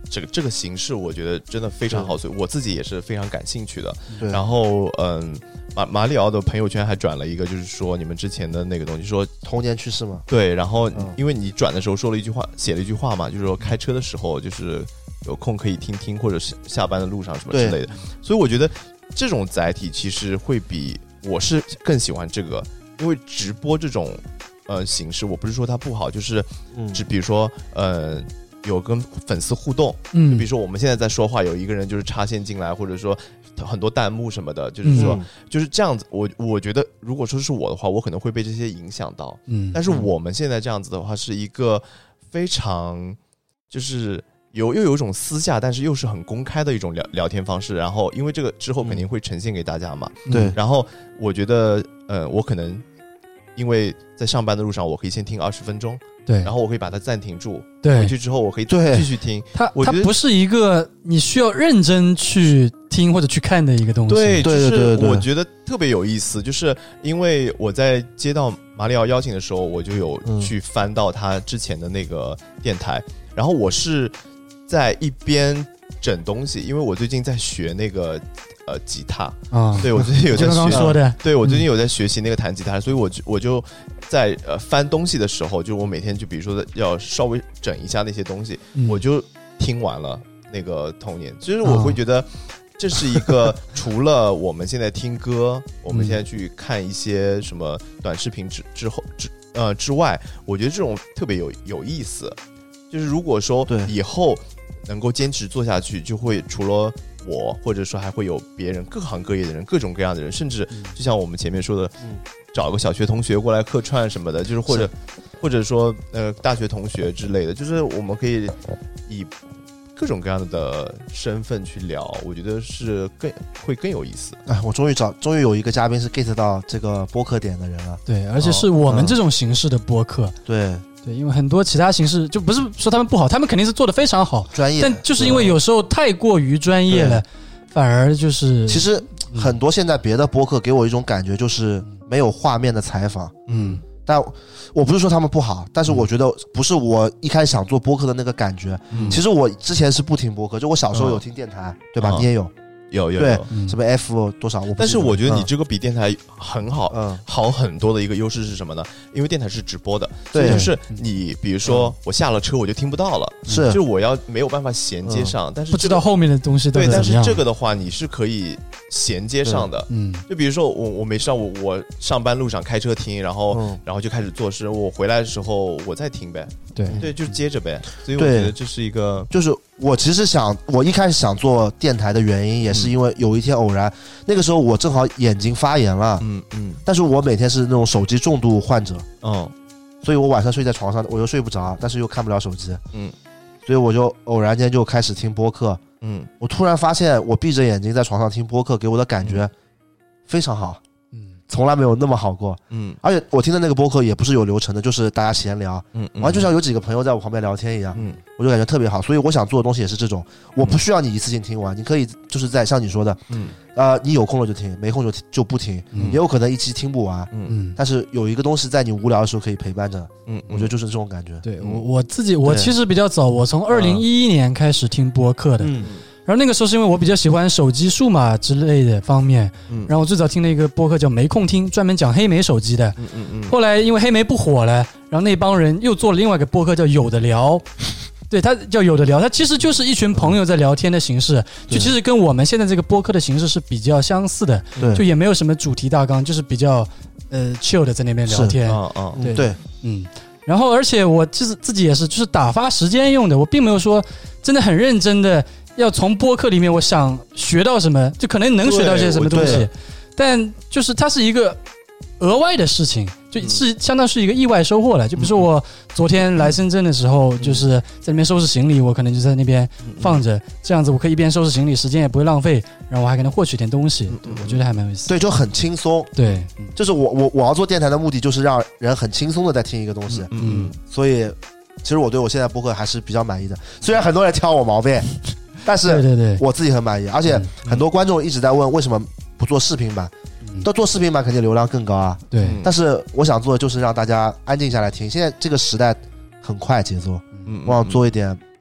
这个形式我觉得真的非常好，所以我自己也是非常感兴趣的。然后马里奥的朋友圈还转了一个，就是说你们之前的那个东西，说童年趣事嘛。 对，然后因为你转的时候说了一句话，写了一句话嘛，就是说开车的时候就是有空可以听听，或者下班的路上什么之类的。所以我觉得这种载体其实会比我是更喜欢这个，因为直播这种形式，我不是说它不好，就是比如说有跟粉丝互动，就比如说我们现在在说话，有一个人就是插线进来，或者说很多弹幕什么的，就是说就是这样子。我觉得如果说是我的话，我可能会被这些影响到。但是我们现在这样子的话，是一个非常就是又有一种私下，但是又是很公开的一种聊天方式。然后因为这个之后肯定会呈现给大家嘛。 对。 然后我觉得我可能因为在上班的路上，我可以先听20分钟。 对， 然后我可以把它暂停住， 对， 回去之后我可以继续听。它不是一个你需要认真去听或者去看的一个东西。 对，就是我觉得特别有意思，就是因为我在接到马里奥邀请的时候，我就有去翻到他之前的那个电台，然后我是在一边整东西，因为我最近在学那个吉他啊，对我最近有在学， 刚刚说的， 对我最近有在学习那个弹吉他，所以我就在翻东西的时候，就我每天就比如说要稍微整一下那些东西，我就听完了那个童年。其实我会觉得这是一个除了我们现在听歌，我们现在去看一些什么短视频之外，我觉得这种特别有意思。就是如果说以后能够坚持做下去，就会除了我，或者说还会有别人，各行各业的人，各种各样的人，甚至就像我们前面说的，找个小学同学过来客串什么的，就是或者说大学同学之类的，就是我们可以以各种各样的身份去聊，我觉得是会更有意思。 哎，我终于有一个嘉宾是 get 到这个播客点的人了。 对，而且是我们这种形式的播客。 对。 对，因为很多其他形式就不是说他们不好，他们肯定是做得非常好， 专业， 但就是因为有时候太过于专业了，反而就是其实很多现在别的播客给我一种感觉就是没有画面的采访，但我不是说他们不好，但是我觉得不是我一开始想做播客的那个感觉。其实我之前是不听播客，就我小时候有听电台，对吧？你也有。 有对什么 F 多少， 但是我觉得你这个比电台很好，好很多的一个优势是什么呢？因为电台是直播的， 对， 就是你比如说我下了车我就听不到了， 是， 就是我没有办法衔接上，但是不知道后面的东西都对，但是这个的话你是可以衔接上的，就比如说我没事我上班路上开车听，然后就开始做事，我回来的时候我再听呗，对，就接着呗，所以我觉得这是一个， 就是我其实我一开始想做电台的原因，也是因为有一天偶然，那个时候我正好眼睛发炎了，但是我每天是那种手机重度患者，所以我晚上睡在床上，我又睡不着，但是又看不了手机，所以我就偶然间就开始听播客，我突然发现我闭着眼睛在床上听播客，给我的感觉非常好。从来没有那么好过，而且我听的那个播客也不是有流程的，就是大家闲聊，完全就像有几个朋友在我旁边聊天一样，我就感觉特别好。所以我想做的东西也是这种，我不需要你一次性听完，你可以就是在像你说的，你有空了就听，没空就不听，也有可能一期听不完，但是有一个东西在你无聊的时候可以陪伴着，我觉得就是这种感觉。 对，我自己其实比较早，我从2011年开始听播客的。然后那个时候是因为我比较喜欢手机数码之类的方面，然后我最早听了一个播客叫没空听，专门讲黑莓手机的。后来因为黑莓不火了，然后那帮人又做了另外一个播客叫有的聊，对，它叫有的聊，它其实就是一群朋友在聊天的形式，就其实跟我们现在这个播客的形式是比较相似的，就也没有什么主题大纲，就是比较chill 的在那边聊天。 对， 然后而且我自己也是就是打发时间用的，我并没有说真的很认真的要从播客里面我想学到什么，就可能能学到一些什么东西，但就是它是一个额外的事情，就是相当是一个意外收获了。就比如说我昨天来深圳的时候，就是在那边收拾行李，我可能就在那边放着，这样子我可以一边收拾行李，时间也不会浪费，然后我还可能获取点东西，对，我觉得还蛮有意思。 对，就很轻松。 对， 就是我要做电台的目的就是让人很轻松的在听一个东西。所以其实我对我现在播客还是比较满意的，虽然很多人挑我毛病。但是我自己很满意，而且很多观众一直在问为什么不做视频版，都做视频版肯定流量更高啊。 对， 但是我想做的就是让大家安静下来听。现在这个时代很快节奏，我想做一点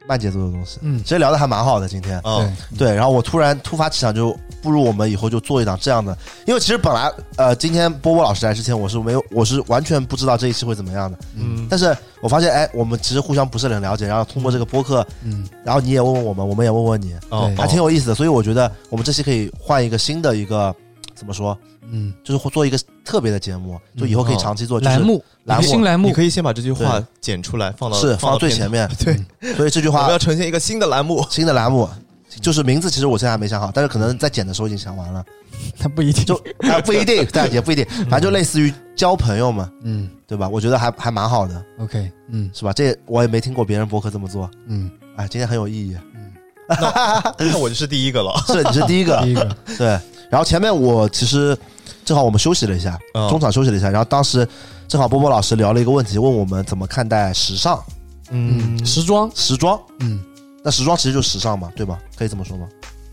慢节奏的东西。其实聊得还蛮好的今天。对，然后我突发奇想，就不如我们以后就做一档这样的，因为其实本来今天波波老师来之前，我是完全不知道这一期会怎么样的。但是我发现我们其实互相不是很了解，然后通过这个播客，然后你也问问我们，我们也问问你，还挺有意思的。所以我觉得我们这期可以换一个新的一个怎么说？就是做一个特别的节目，就以后可以长期做栏目，新栏目。 你可以先把这句话剪出来，放到最前面。 对， 所以这句话我们要呈现一个新的栏目， 就是名字，其实我现在还没想好，但是可能在剪的时候已经想完了。 它不一定， 不一定，对，也不一定，反正就类似于交朋友嘛，对吧？我觉得还蛮好的。 OK， 是吧？这我也没听过别人播客这么做。今天很有意义。 那我就是第一个了。 是，你是第一个。对。然后前面我其实正好我们休息了一下，中场休息了一下，然后当时正好波波老师聊了一个问题，问我们怎么看待时尚。 时装。 那时装其实就是时尚嘛，对吗？可以这么说吗？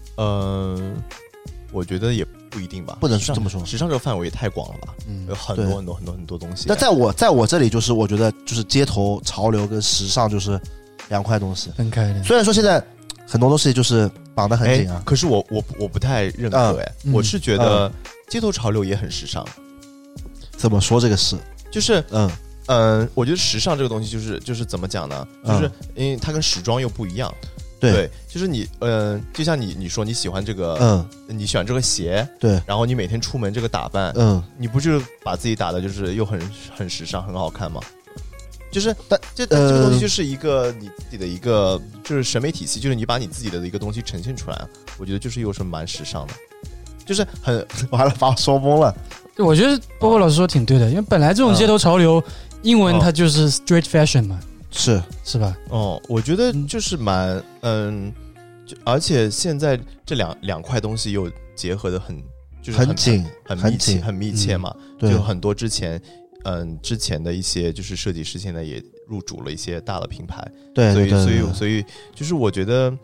我觉得也不一定吧， 不能这么说。 时尚这个范围也太广了吧，有很多东西。 但在我这里，就是我觉得就是街头潮流跟时尚就是两块东西分开的。 虽然说现在很多东西就是绑得很紧啊， 可是我不太认可我是觉得街头潮流也很时尚。 怎么说这个事？ 就是我觉得时尚这个东西就是怎么讲呢？就是因为它跟时装又不一样。对，就是你就像你说你喜欢这个你喜欢这个鞋， 对，然后你每天出门这个打扮，你不就是把自己打的就是又很时尚很好看吗？就是这个东西就是一个你自己的一个就是审美体系，就是你把你自己的一个东西呈现出来，我觉得就是又是蛮时尚的，就是很完了把我说懵了。 对，我觉得波波老师说挺对的，因为本来这种街头潮流，英文它就是 street fashion 嘛，是吧？ 我觉得就是蛮而且现在这两块东西又结合的就是很紧很密切嘛，就很多之前的一些就是设计师现在也入主了一些大的品牌， 对， 所以就是我觉得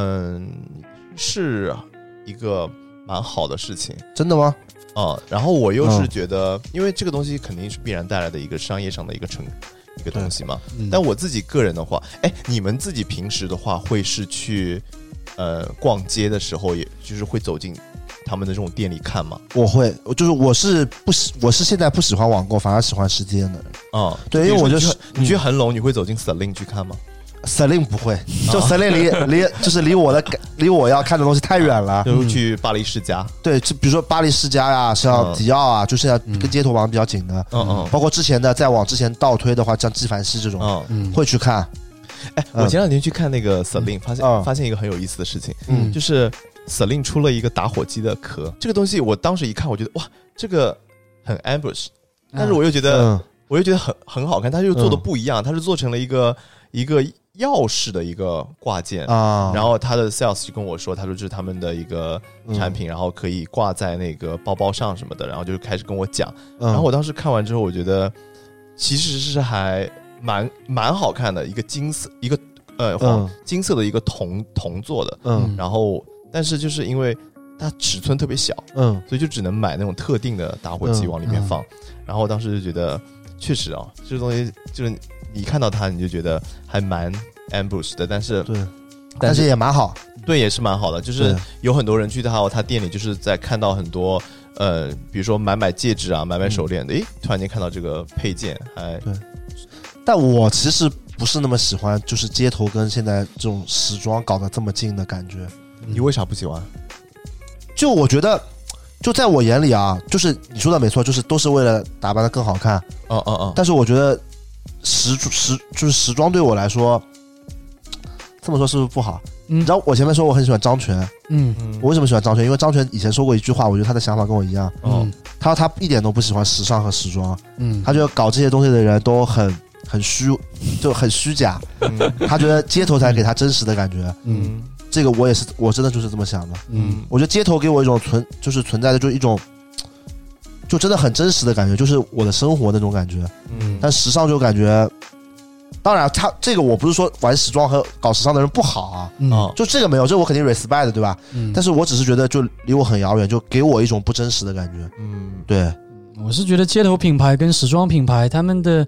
是一个蛮好的事情。 真的吗？ 然后我又是觉得，因为这个东西肯定是必然带来的一个商业上的一个东西嘛。但我自己个人的话，你们自己平时的话会是去逛街的时候，也就是会走进他们的这种店里看吗？ 我会，就是我是现在不喜欢网购，反而喜欢实体店的人。对，因为我就是你去恒隆，你会走进 Celine 去看吗 ？Celine 不会，就 Celine 就是离我要看的东西太远了。 就去巴黎世家， 对，就比如说巴黎世家呀，像迪奥啊，就现在跟街头网比较紧的。包括之前的再往之前倒推的话，像纪梵希这种，会去看。 我前两天去看那个 Celine，发现一个很有意思的事情，就是 Celine 出了一个打火机的壳，这个东西我当时一看，我觉得哇，这个很 ambush， 但是我又觉得很好看，它就做的不一样，它是做成了一个钥匙的一个挂件然后他的 sales 就跟我说，他说这是他们的一个产品，然后可以挂在那个包包上什么的，然后就开始跟我讲，然后我当时看完之后，我觉得其实是还蛮好看的，一个金色金色的一个铜做的，然后但是就是因为它尺寸特别小，所以就只能买那种特定的打火机往里面放，然后我当时就觉得确实这个东西就是你看到它你就觉得还蛮 ambush 的，但是也蛮好， 对，也是蛮好的，就是有很多人去到他店里，就是在看到很多比如说买戒指啊，买手链的，突然间看到这个配件， 对。但我其实不是那么喜欢，就是街头跟现在这种时装搞得这么近的感觉。 你为啥不喜欢？ 就我觉得，就在我眼里啊，就是你说的没错，就是都是为了打扮得更好看。但是我觉得就是时装对我来说，这么说是不是不好？你知道我前面说我很喜欢张全，我为什么喜欢张全？因为张全以前说过一句话，我觉得他的想法跟我一样。他说他一点都不喜欢时尚和时装，他觉得搞这些东西的人都很虚假，他觉得街头才给他真实的感觉。这个我真的就是这么想的。我觉得街头给我一种存在的就是一种就真的很真实的感觉，就是我的生活那种感觉。但时尚就感觉，当然他这个我不是说玩时装和搞时尚的人不好啊，就这个没有，这个我肯定 respect 的，对吧？但是我只是觉得就离我很遥远，就给我一种不真实的感觉。对， 我是觉得街头品牌跟时装品牌他们的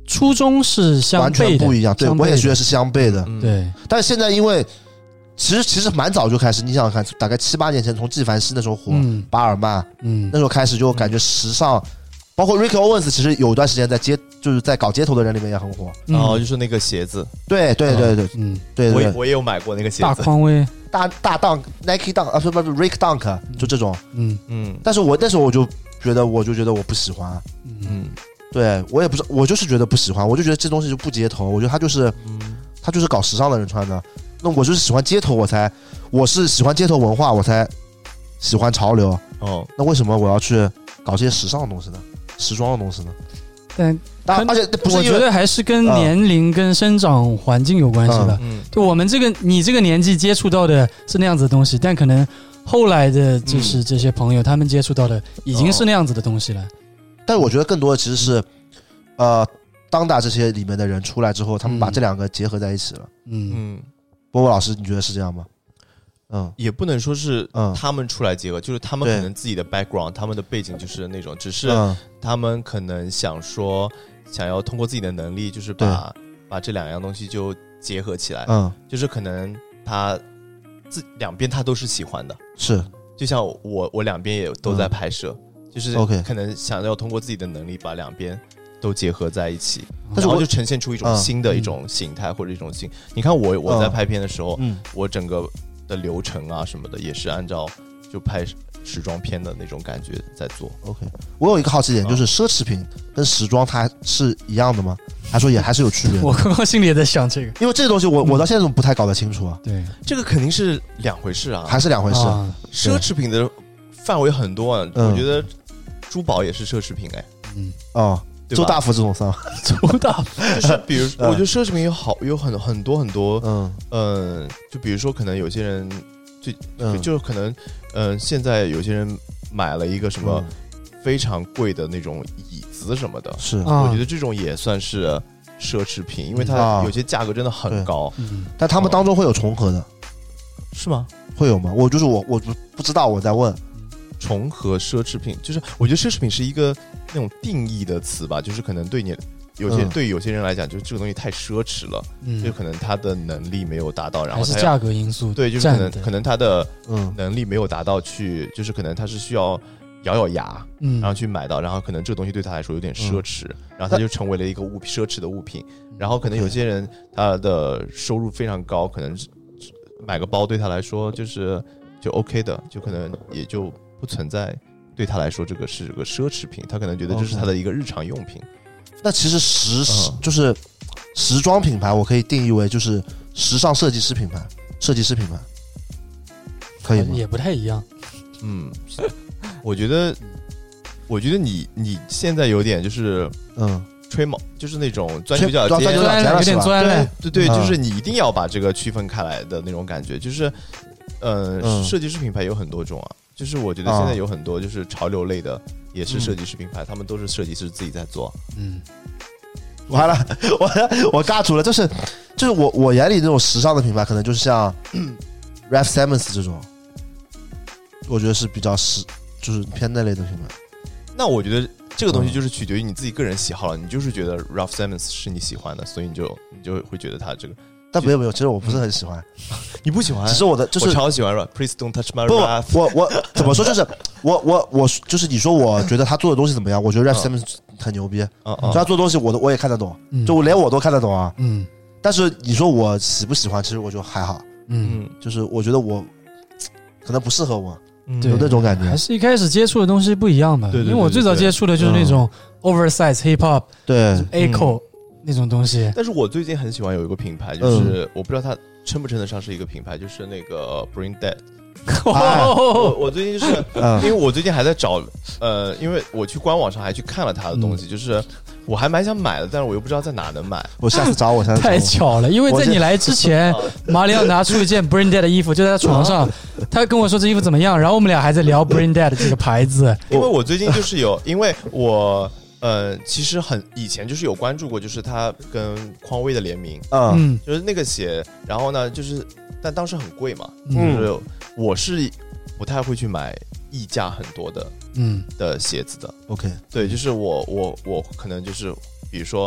初衷是相完悖的， 全不一样。对，我也觉得是相悖的。 对， 但是现在因为其实蛮早就开始，你想想看，大概7-8年前从纪梵希那时候火，巴尔曼，那时候开始就感觉时尚，包括 Ricky Owens， 其实有一段时间就是在搞街头的人里面也很火。 就是那个鞋子， 对，对， 我也有买过那个鞋子， 大匡威、 大 Dunk、Nike Dunk 啊，不 Rick Dunk， 就这种。但是我那时候我就觉得我不喜欢。对我也不是，我就是觉得不喜欢，我就觉得这东西就不街头，我觉得他就是搞时尚的人穿的。那我就是喜欢街头，我是喜欢街头文化，我才喜欢潮流。那为什么我要去搞这些时尚的东西呢？时装的东西呢？而且不是， 我觉得还是跟年龄跟生长环境有关系的。就我们你这个年纪接触到的是那样子的东西，但可能后来的就是这些朋友，他们接触到的已经是那样子的东西了。 但我觉得更多的其实是，当代这些里面的人出来之后，他们把这两个结合在一起了。波波老师，你觉得是这样吗？ 也不能说是他们出来结合，就是他们可能自己的 background， 他们的背景就是那种，只是他们可能想要通过自己的能力，就是把这两样东西就结合起来。就是可能他两边他都是喜欢的， 是， 就像我两边也都在拍摄，就是可能想要通过自己的能力把两边都结合在一起，然后就呈现出一种新的一种形态或者一种新。你看我在拍片的时候，我整个的流程啊什么的也是按照就拍时装片的那种感觉在做。 OK， 我有一个好奇点，就是奢侈品跟时装它是一样的吗？还说也还是有区别？ 我刚刚心里也在想这个， 因为这个东西我到现在都不太搞得清楚啊。 对， 这个肯定是两回事啊， 还是两回事。 奢侈品的范围很多啊，我觉得珠宝也是奢侈品周大福这种算吗？ 周大福就是比如我觉得奢侈品有很多很多，就比如说可能有些人就可能现在有些人买了一个什么非常贵的那种椅子什么的， 是我觉得这种也算是奢侈品，因为它有些价格真的很高， 但他们当中会有重合的，是吗？会有吗？我不知道，我在问。 重合奢侈品，就是我觉得奢侈品是一个那种定义的词吧，就是可能对对有些人来讲，就是这个东西太奢侈了，就可能他的能力没有达到，然后还是价格因素， 对，就是可能他的能力没有达到去，就是可能他是需要咬牙，然后去买到，然后可能这个东西对他来说有点奢侈，然后他就成为了一个奢侈的物品，然后可能有些人他的收入非常高，可能买个包对他来说就 OK 的，就可能也就不存在对他来说这个是个奢侈品，他可能觉得这是他的一个日常用品。 那其实就是时装品牌，我可以定义为就是时尚设计师品牌，可以吗？ 也不太一样。 我觉得你现在有点就是吹毛，就是那种钻牛角尖， 有点钻了。 对，就是你一定要把这个区分开来的那种感觉，就是设计师品牌有很多种啊。就是我觉得现在有很多就是潮流类的也是设计师品牌，他们都是设计师自己在做。 完了，我尬住了，就是我眼里那种时尚的品牌，可能就是像Raf Simons 这种，我觉得是比较就是偏那类的品牌。 那我觉得这个东西就是取决于你自己个人喜好了，你就是觉得 Raf Simons 是你喜欢的，所以你就会觉得他这个。 但没有，其实我不是很喜欢。 你不喜欢？ 只是我超喜欢 Please don't touch my Raf。 我怎么说？就是我就是你说，我觉得他做的东西怎么样？我觉得 Raf Simons 很牛逼，就他做的东西我也看得懂，就连我都看得懂啊。但是你说我喜不喜欢？其实我就还好。就是我觉得我可能不适合我，有那种感觉。 还是一开始接触的东西不一样吧？因为我最早接触的就是那种 oversize hip hop， 对 ，Aco。那种东西， 但是我最近很喜欢有一个品牌，就是我不知道它称不称得上是一个品牌，就是那个 Brain Dead。我最近就是因为我最近还在找，因为我去官网上还去看了它的东西，就是我还蛮想买的，但是我又不知道在哪能买。 我下次找我， 太巧了，因为在你来之前，马里奥拿出一件 Brain Dead 的衣服，就在他床上，他跟我说这衣服怎么样，然后我们俩还在聊 Brain Dead 这个牌子。 因为我最近就是因为我。其实以前就是有关注过，就是他跟匡威的联名，就是那个鞋，然后呢，但当时很贵嘛，就是我是不太会去买溢价很多的鞋子的。 OK， 对，就是我可能就是比如说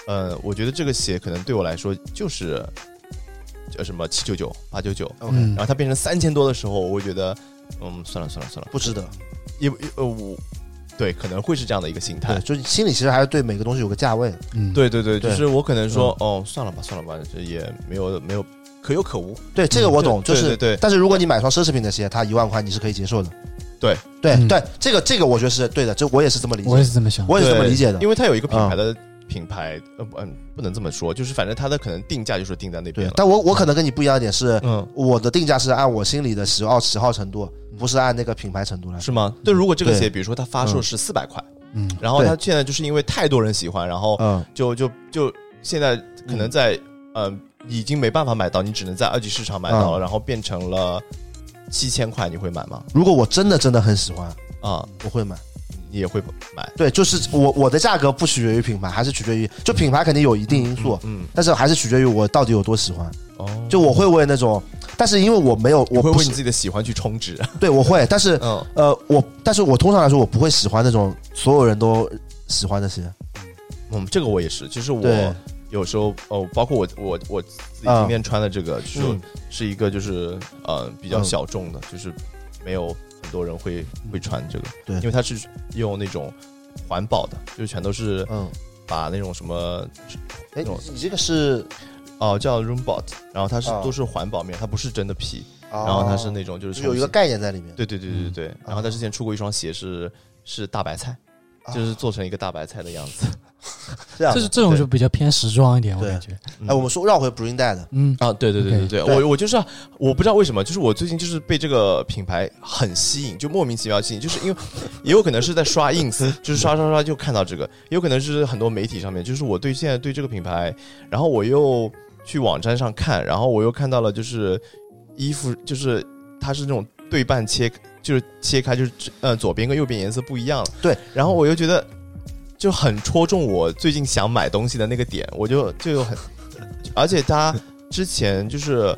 我觉得这个鞋可能对我来说就是什么799、899，然后它变成3000多的时候，我会觉得算了， 不值得。 对，可能会是这样的一个心态， 就心里其实还是对每个东西有个价位。 对，就是我可能说算了吧，这也没有可有可无。 对，这个我懂，就是对。 但是如果你买双奢侈品的鞋，它1万块你是可以接受的。对，这个我觉得是对的，这我也是这么理解， 我也是这么想， 我也是这么理解的。 因为它有一个品牌不能这么说，就是反正它的可能定价就是定在那边了。 但我可能跟你不一样的点是，我的定价是按我心里的喜好程度，不是按那个品牌程度来。 是吗？对，如果这个鞋，比如说它发售是400块，然后它现在就是因为太多人喜欢，然后就现在可能在已经没办法买到，你只能在二级市场买到了，然后变成了7000块，你会买吗？ 如果我真的很喜欢我会买。 你也会买？对， 就是我的价格不取决于品牌，还是取决于就品牌肯定有一定因素，但是还是取决于我到底有多喜欢。就我会为那种，但是因为我没有，我会为你自己的喜欢去充值。 对，我会，但是但是我通常来说我不会喜欢那种所有人都喜欢的鞋。 这个我也是，就是我有时候包括我自己今天穿的这个，是一个就是比较小众的，就是没有很多人会穿这个， 对， 因为它是用那种环保的，就是全都是把那种什么， 你这个是叫 Roombot， 然后它都是环保面，它不是真的皮，然后它是那种就是有一个概念在里面， 对，然后它之前出过一双鞋是大白菜，就是做成一个大白菜的样子。 这种就比较偏时装一点，我感觉。 我们说绕回 Bring Dead， 对，我就是我不知道为什么，就是我最近就是被这个品牌很吸引，就莫名其妙吸引，就是因为也有可能是在刷 ins， 就是刷就看到这个，也有可能是很多媒体上面，就是我现在对这个品牌，然后我又去网站上看，然后我又看到了就是衣服，就是它是那种对半切开，就是左边跟右边颜色不一样， 对， 然后我又觉得。就很戳中我最近想买东西的那个点，我就很，而且他之前就是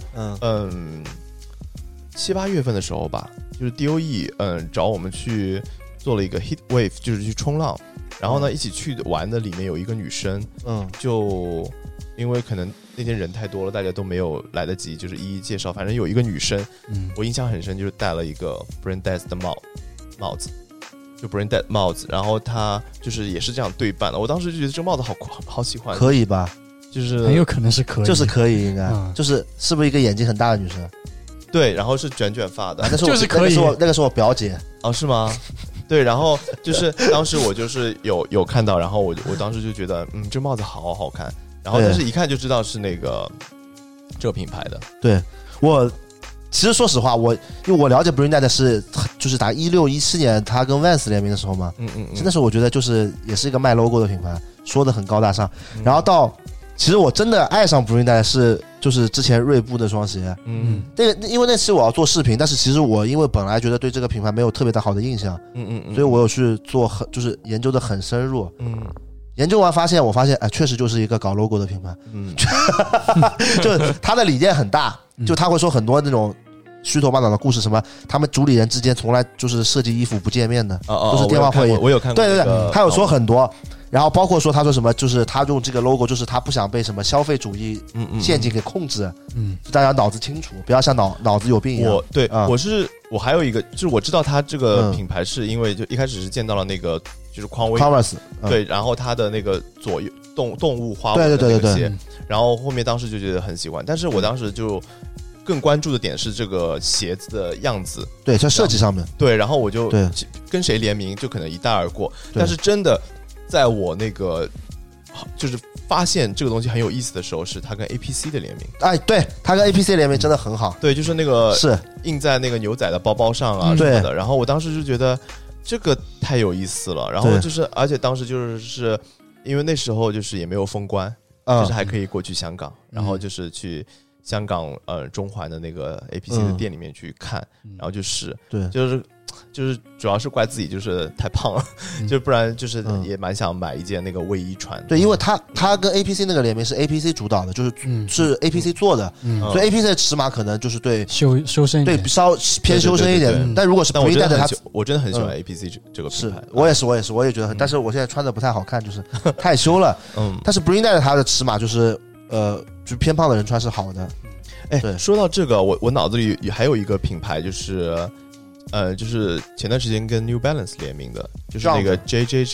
7、8月份的时候吧，就是 DOE 找我们去做了一个 Heat Wave， 就是去冲浪，然后呢一起去玩的里面有一个女生，就因为可能那天人太多了，大家都没有来得及就是一一介绍，反正有一个女生，我印象很深，就是戴了一个 Bring Dead 的帽子。就 Bring Dead 帽子，然后它就是也是这样对半的。我当时就觉得这个帽子好喜欢， 可以吧？ 就是很有可能是可以， 就是可以，应该是不是一个眼睛很大的女生？ 对，然后是卷发的， 就是可以。 那个是我表姐是吗？对，然后就是当时我就是有看到，然后我当时就觉得这帽子好看，然后但是一看就知道是那个这个品牌的。 对，我。其实说实话，因为我了解 Bring Dead 是就是打16、17年他跟 Vans 联名的时候嘛，那时候我觉得就是也是一个卖 logo 的品牌，说的很高大上。然后其实我真的爱上 Bring Dead 就是之前锐步的双鞋，因为那期我要做视频，但是其实我因为本来觉得对这个品牌没有特别的好的印象，所以我有去做就是研究的很深入，研究完我发现确实就是一个搞 logo 的品牌，就他的理念很大，就他会说很多那种虚头巴脑的故事，什么他们主理人之间从来就是设计衣服不见面的，都是电话会议。 我有看过， 对，他有说很多，然后包括说他说什么，就是他用这个 logo， 就是他不想被什么消费主义陷阱给控制，大家脑子清楚，不要像脑子有病一样。 我还有一个，就是我知道他这个品牌是因为就一开始是见到了那个就是匡威 Converse， 对，然后他的那个左右动物花纹的那个鞋，然后后面当时就觉得很喜欢，但是我当时就更关注的点是这个鞋子的样子， 对，在设计上面， 对，然后我就跟谁联名就可能一带而过，但是真的在我那个就是发现这个东西很有意思的时候，是他跟 APC 的联名。 对，他跟 APC 联名真的很好， 对，就是那个是印在那个牛仔的包包上啊什么的，然后我当时就觉得这个太有意思了，然后就是而且当时就是因为那时候就是也没有封关，就是还可以过去香港，然后就是去香港中环的那个 APC 的店里面去看，然后就试， 对， 就是就是主要是怪自己就是太胖了，就不然就是也蛮想买一件那个卫衣穿。 对，因为他跟 APC 那个联名是 APC 主导的，是 APC 做的，所以 APC 的尺码可能就是对修身一点， 对稍偏修身一点。但如果是 Breedad 的， 我真的很喜欢 APC 这个品牌。 我也觉得，但是我现在穿的不太好看，就是太修了。但是 Breedad 它的尺码就是就偏胖的人穿是好的。 哎，说到这个，我脑子里还有一个品牌，就是前段时间跟 New Balance 联名的，就是那个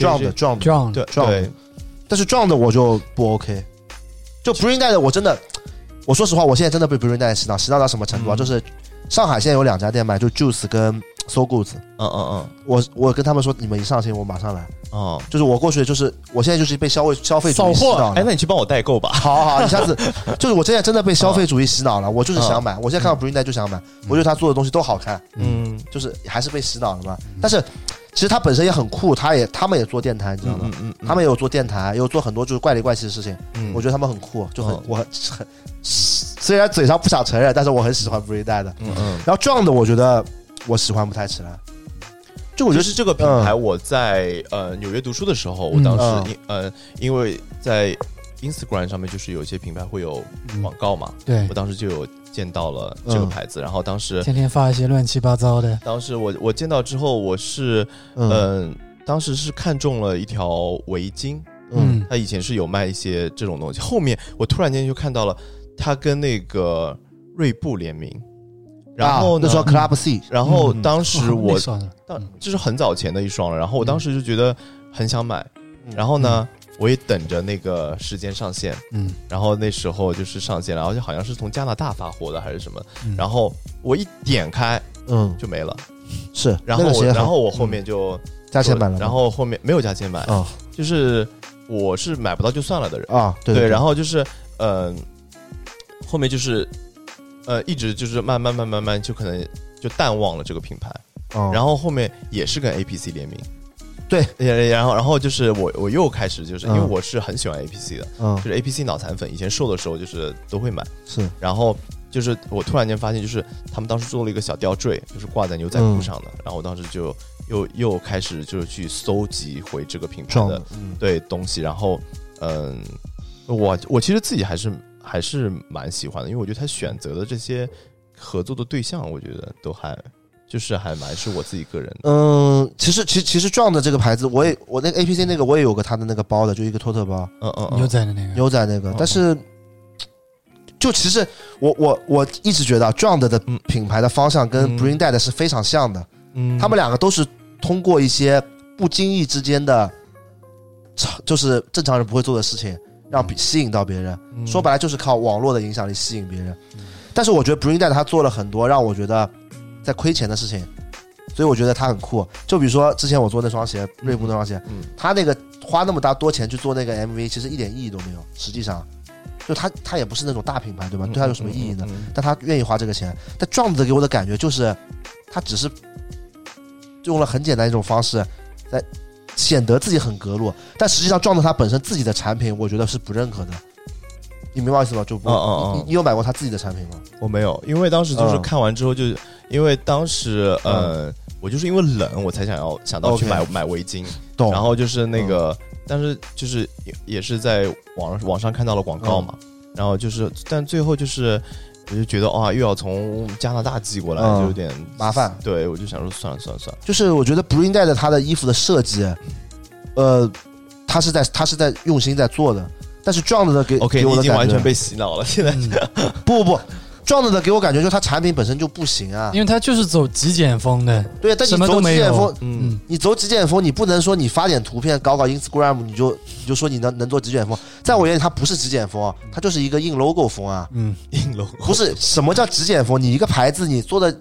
John 对， 但是 John 的我就不 OK。就 Breedad 的我真的，我说实话，我现在真的被 Breedad 洗脑到什么程度啊？就是上海现在有2家店卖，就 Juice 跟 So Goods。我跟他们说，你们一上新我马上来。就是我过去，就是我现在就是被消费主义洗脑了。 哎，那你去帮我代购吧。 好，你下次就是我现在真的被消费主义洗脑了，我就是想买。我现在看到 Breedad 就想买，我觉得他做的东西都好看。就是还是被洗脑了嘛。但是其实他本身也很酷，他们也做电台，你知道吗？他们也有做电台，也有做很多就是怪里怪气的事情。我觉得他们很酷，就我很虽然嘴上不想承认，但是我很喜欢 Breedad 的。然后 John 的我觉得我喜欢不太起来。 就我觉得是这个品牌，我在纽约读书的时候，我当时因为在 Instagram 上面就是有一些品牌会有广告嘛， 对， 我当时就有见到了这个牌子，然后当时天天发一些乱七八糟的。 当时我见到之后，我是当时是看中了一条围巾，他以前是有卖一些这种东西，后面我突然间就看到了他跟那个锐步联名。然后那双 Club C， 然后当时我这是很早前的一双了，然后我当时就觉得很想买，然后呢，我也等着那个时间上线，然后那时候就是上线了，而且好像是从加拿大发货的还是什么，然后我一点开，就没了， 是， 然后我后面就加钱买了， 然后后面没有加钱买，就是我是买不到就算了的人啊，对， 然后就是后面就是。一直就是慢慢就可能就淡忘了这个品牌，然后后面也是跟 APC 联名， 对， 然后就是我又开始就是因为我是很喜欢 APC 的，就是 APC 脑残粉，以前瘦的时候就是都会买， 是， 然后就是我突然间发现，就是他们当时做了一个小吊坠，就是挂在牛仔裤上的，然后我当时就又开始就是去搜集回这个品牌的对东西，然后我其实自己还是蛮喜欢的，因为我觉得他选择的这些合作的对象，我觉得都还蛮是我自己个人的。 其实 John 的这个牌子，我那个 APC 那个我也有个他的那个包的，就一个托特包， 牛仔的那个，但是就其实我一直觉得 John 的品牌的方向跟 Breedad 是非常像的，他们两个都是通过一些不经意之间的，就是正常人不会做的事情。让吸引到别人，说白了就是靠网络的影响力吸引别人。但是我觉得 Breedad 他做了很多让我觉得在亏钱的事情，所以我觉得他很酷。就比如说之前我做那双鞋，锐步那双鞋，他那个花那么多钱去做那个 MV， 其实一点意义都没有。实际上，就他也不是那种大品牌，对吧？对他有什么意义呢？但他愿意花这个钱。但 John 的给我的感觉就是，他只是用了很简单一种方式在。显得自己很格路，但实际上撞到他本身自己的产品，我觉得是不认可的。你明白意思吗？就你有买过他自己的产品吗？ 我没有，因为当时就是看完之后就，因为当时我就是因为冷，我才想到去买围巾，然后就是那个，但是就是也是在网上看到了广告嘛，然后就是，但最后就是。我就觉得又要从加拿大寄过来，就有点麻烦。 对，我就想说算了。 就是我觉得 Breedad 他的衣服的设计，他是在用心在做的，但是 John 的给我的感觉， 你已经完全被洗脑了。现在不。John 的给我感觉就是他产品本身就不行啊， 因为他就是走极简风的。 对，但你走极简风，你走极简风，你不能说你发点图片搞 Instagram， 你就说你能做极简风。在我眼里，它不是极简风，它就是一个印 logo 风啊。 印 logo 不是什么叫极简风？你一个牌子你做的，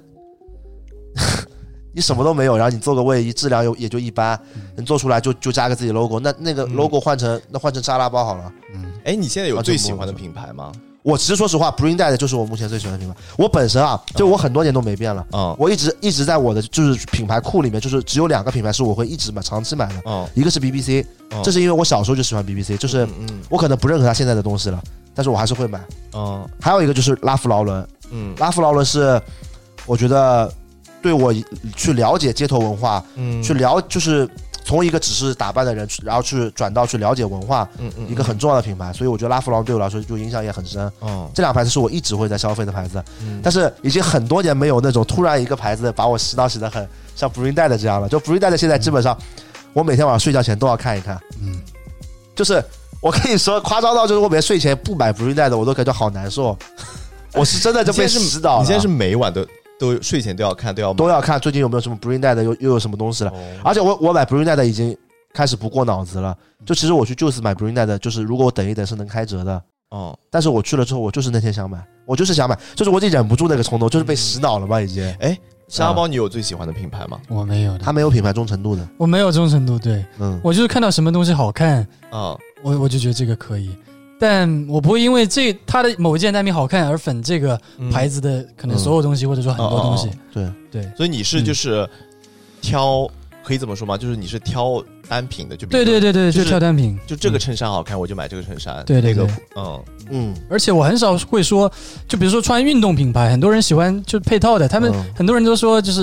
你什么都没有，然后你做个卫衣，质量也就一般，你做出来就加个自己 logo， 那个 logo 换成沙拉包好了。 哎，你现在有最喜欢的品牌吗？ 我其实说实话 ，Breedad 就是我目前最喜欢的品牌。我本身就我很多年都没变了。我一直在我的就是品牌库里面，就是只有2个品牌是我会一直长期买的。一个是 BBC，这是因为我小时候就喜欢 BBC，就是我可能不认可他现在的东西了，但是我还是会买。还有一个就是拉夫劳伦。拉夫劳伦是我觉得对我去了解街头文化，去就是从一个只是打扮的人，然后去转到去了解文化，一个很重要的品牌。所以我觉得拉夫劳对我来说就影响也很深。这两个牌子是我一直会在消费的牌子，但是已经很多年没有那种突然一个牌子把我洗脑洗得很像 Brewing Dead 这样了。就 Brewing Dead 现在基本上我每天晚上睡觉前都要看一看，就是我跟你说夸张到就是我每天睡前不买 Brewing Dead 我都感觉好难受。我是真的就被洗脑了。 你现在是每晚都睡前都要看，都要看最近有没有什么 Brewing Dead 又有什么东西了。而且我买 Brewing Dead 已经开始不过脑子了。就其实我去就是买 Brewing Dead 就是如果我等一等是能开折的。但是我去了之后我就是那天想买，就是我已经忍不住那个冲动，就是被洗脑了吧已经。 沙拉包你有最喜欢的品牌吗？ 我没有的， 他没有品牌忠诚度的。 我没有忠诚度，对，我就是看到什么东西好看我就觉得这个可以，但我不会因为它的某一件单品好看而粉这个牌子的可能所有东西或者说很多东西。 对， 所以你是就是挑可以这么说吗？就是你是挑单品的，就对，就挑单品， 就这个衬衫好看我就买这个衬衫。 对， 那个而且我很少会说，就比如说穿运动品牌，很多人喜欢就配套的，他们很多人都说就是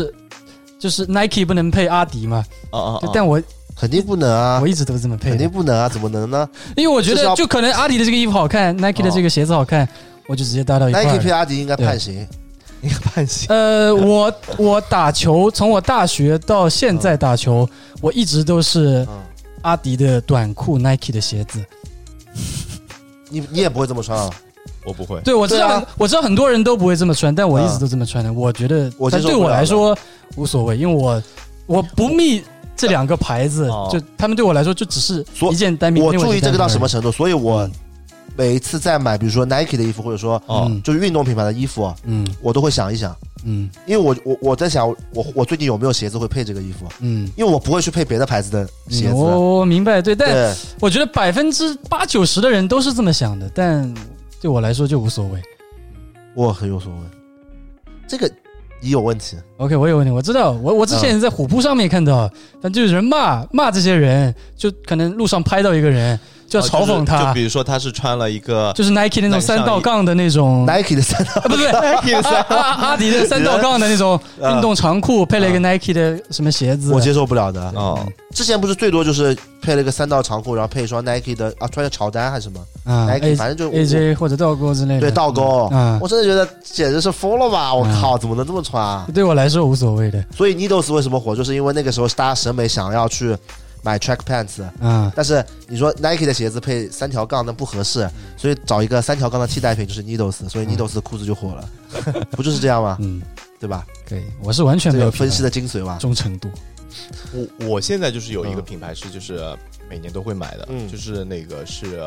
Nike 不能配阿迪嘛，但我肯定不能啊！ 我一直都这么配， 肯定不能啊！怎么能呢？ 因为我觉得就可能阿迪的这个衣服好看，Nike 的这个鞋子好看，我就直接搭到一块。 Nike 配阿迪应该判刑， 应该判刑。 我打球，从我大学到现在打球，我一直都是阿迪的短裤 ，Nike 的鞋子。 你也不会这么穿啊？ 我不会。 对，我知道很多人都不会这么穿，但我一直都这么穿的。我觉得，但对我来说无所谓，因为我不密这两个牌子，就他们对我来说就只是一件单品。 我注意这个到什么程度？所以我每一次在买，比如说 Nike 的衣服，或者说就是运动品牌的衣服，我都会想一想，因为我在想，我最近有没有鞋子会配这个衣服，因为我不会去配别的牌子的鞋子。 我明白，对，但我觉得80%-90%的人都是这么想的，但对我来说就无所谓。 我很有所谓，这个你有问题。 OK， 我有问题，我知道，我之前在虎扑上面看到，但就有人骂这些人，就可能路上拍到一个人。就要嘲讽他， 就比如说他是穿了一个， 就是 Nike 那种3道杠的那种 ，Nike 的3道， 不是 Nike 的阿迪的3道杠的那种运动长裤，配了一个 Nike 的什么鞋子， 我接受不了的。之前不是最多就是配了一个3道长裤，然后配一双 Nike 的穿着乔丹还是什么，Nike 反正就 AJ 或者倒钩之类的， 对倒钩，我真的觉得简直是疯了吧！我靠，怎么能这么穿？ 对我来说无所谓的。 所以 Needles 为什么火，就是因为那个时候大家审美想要去买 track pants，但是你说 Nike 的鞋子配3条杠那不合适，所以找一个3条杠的替代品就是 Needles， 所以 Needles 的裤子就火了，不就是这样吗？对吧？ 可以，我是完全没有分析的精髓吧， 忠诚度。 我现在就是有一个品牌是就是每年都会买的，就是那个是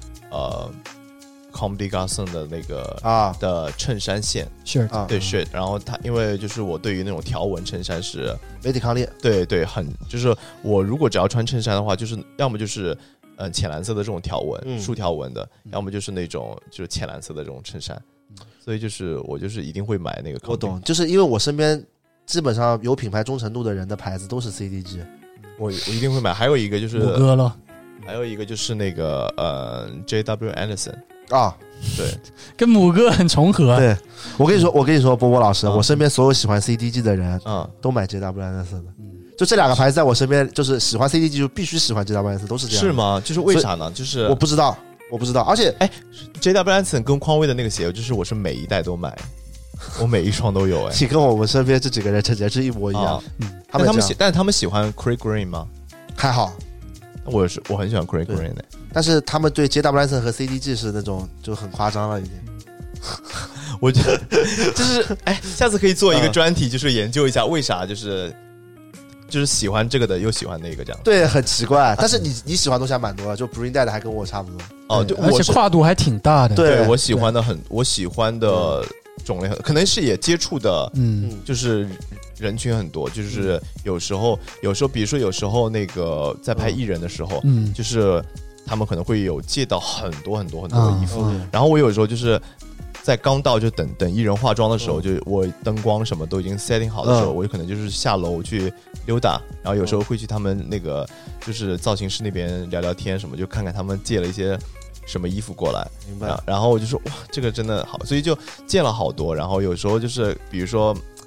Comme des Garçons 的那个的衬衫线 shirt， 对 shirt， 然后它因为就是我对于那种条纹衬衫是美体抗裂， 对，很就是我如果只要穿衬衫的话，就是要么就是浅蓝色的这种条纹，竖条纹的，要么就是那种就是浅蓝色的这种衬衫，所以就是我就是一定会买那个。 我懂，就是因为我身边基本上有品牌忠诚度的人的牌子都是 CDG， 我一定会买。还有一个就是谷歌了， 还有一个就是那个JW Anderson。对， 跟母哥很重合。 对，我跟你说，波波老师，我身边所有喜欢 CDG 的人，都买 JW Anderson 的。就这两个牌子在我身边，就是喜欢 CDG 就必须喜欢 JW Anderson， 都是这样。 是吗？就是为啥呢？就是我不知道。而且 JW Anderson 跟匡威的那个鞋，就是我是每一代都买，我每一双都有。 你跟我们身边这几个人简直是一模一样。 但是他们喜欢 Craig Green 吗？ 还好。我很喜欢 Craig Green 的， 但是他们对 JW Anderson 和 CDG 是那种就很夸张了，已经。 我觉得就是下次可以做一个专题，就是研究一下为啥就是喜欢这个的又喜欢那个这样。 对，很奇怪。但是你喜欢东西还蛮多的，就 Brewing Dead 还跟我差不多。 对，而且跨度还挺大的。 对，我喜欢的种类可能是也接触的，就是人群很多，就是有时候比如说有时候那个在拍艺人的时候，就是他们可能会有借到很多的衣服，然后我有时候就是在刚到就等艺人化妆的时候，就我灯光什么都已经 setting 好的时候，我就可能就是下楼去溜达，然后有时候会去他们那个就是造型师那边聊聊天什么，就看看他们借了一些什么衣服过来， 明白。 然后我就说哇，这个真的好，所以就借了好多。然后有时候就是比如说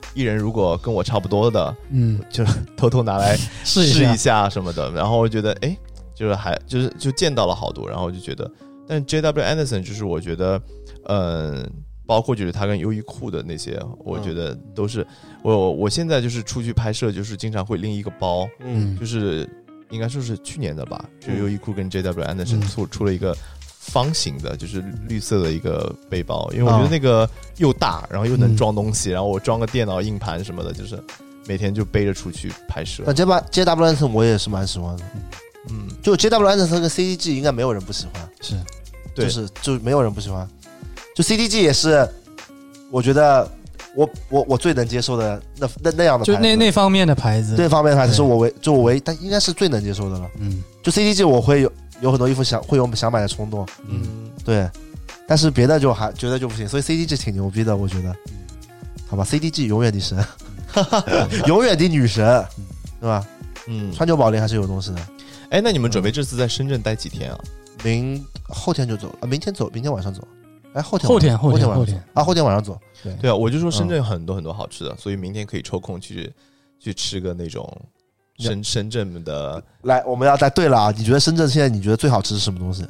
艺人如果跟我差不多的，就偷偷拿来试一下什么的，然后我觉得就见到了好多，然后我就觉得，但 JW Anderson 就是我觉得包括就是他跟优衣库的那些，我觉得都是我现在就是出去拍摄，就是经常会拎一个包，就是应该说是去年的吧，就优衣库跟 JW Anderson 出了一个方形的，就是绿色的一个背包，因为我觉得那个又大，然后又能装东西，然后我装个电脑硬盘什么的，就是每天就背着出去拍摄。 那 JW Anderson 我也是蛮喜欢的，就 JW Anderson 跟 CDG 应该没有人不喜欢， 是， 对， 就没有人不喜欢，就 CDG 也是，我觉得我最能接受的那样的牌子， 就那方面的牌子， 那方面的牌子是我唯但应该是最能接受的了。就 CDG 我会有很多衣服会有想买的冲动，对，但是别的就觉得就不行，所以 CDG 挺牛逼的，我觉得，好吧 ，CDG 永远的神，永远的女神，对吧？川久保玲还是有东西的。 哎，那你们准备这次在深圳待几天啊？ 后天就走了，明天晚上走。哎，后天晚上走。 对啊，我就说深圳有很多很多好吃的，所以明天可以抽空去吃个那种深圳的。 来，我们要对了啊！你觉得深圳现在你觉得最好吃是什么东西？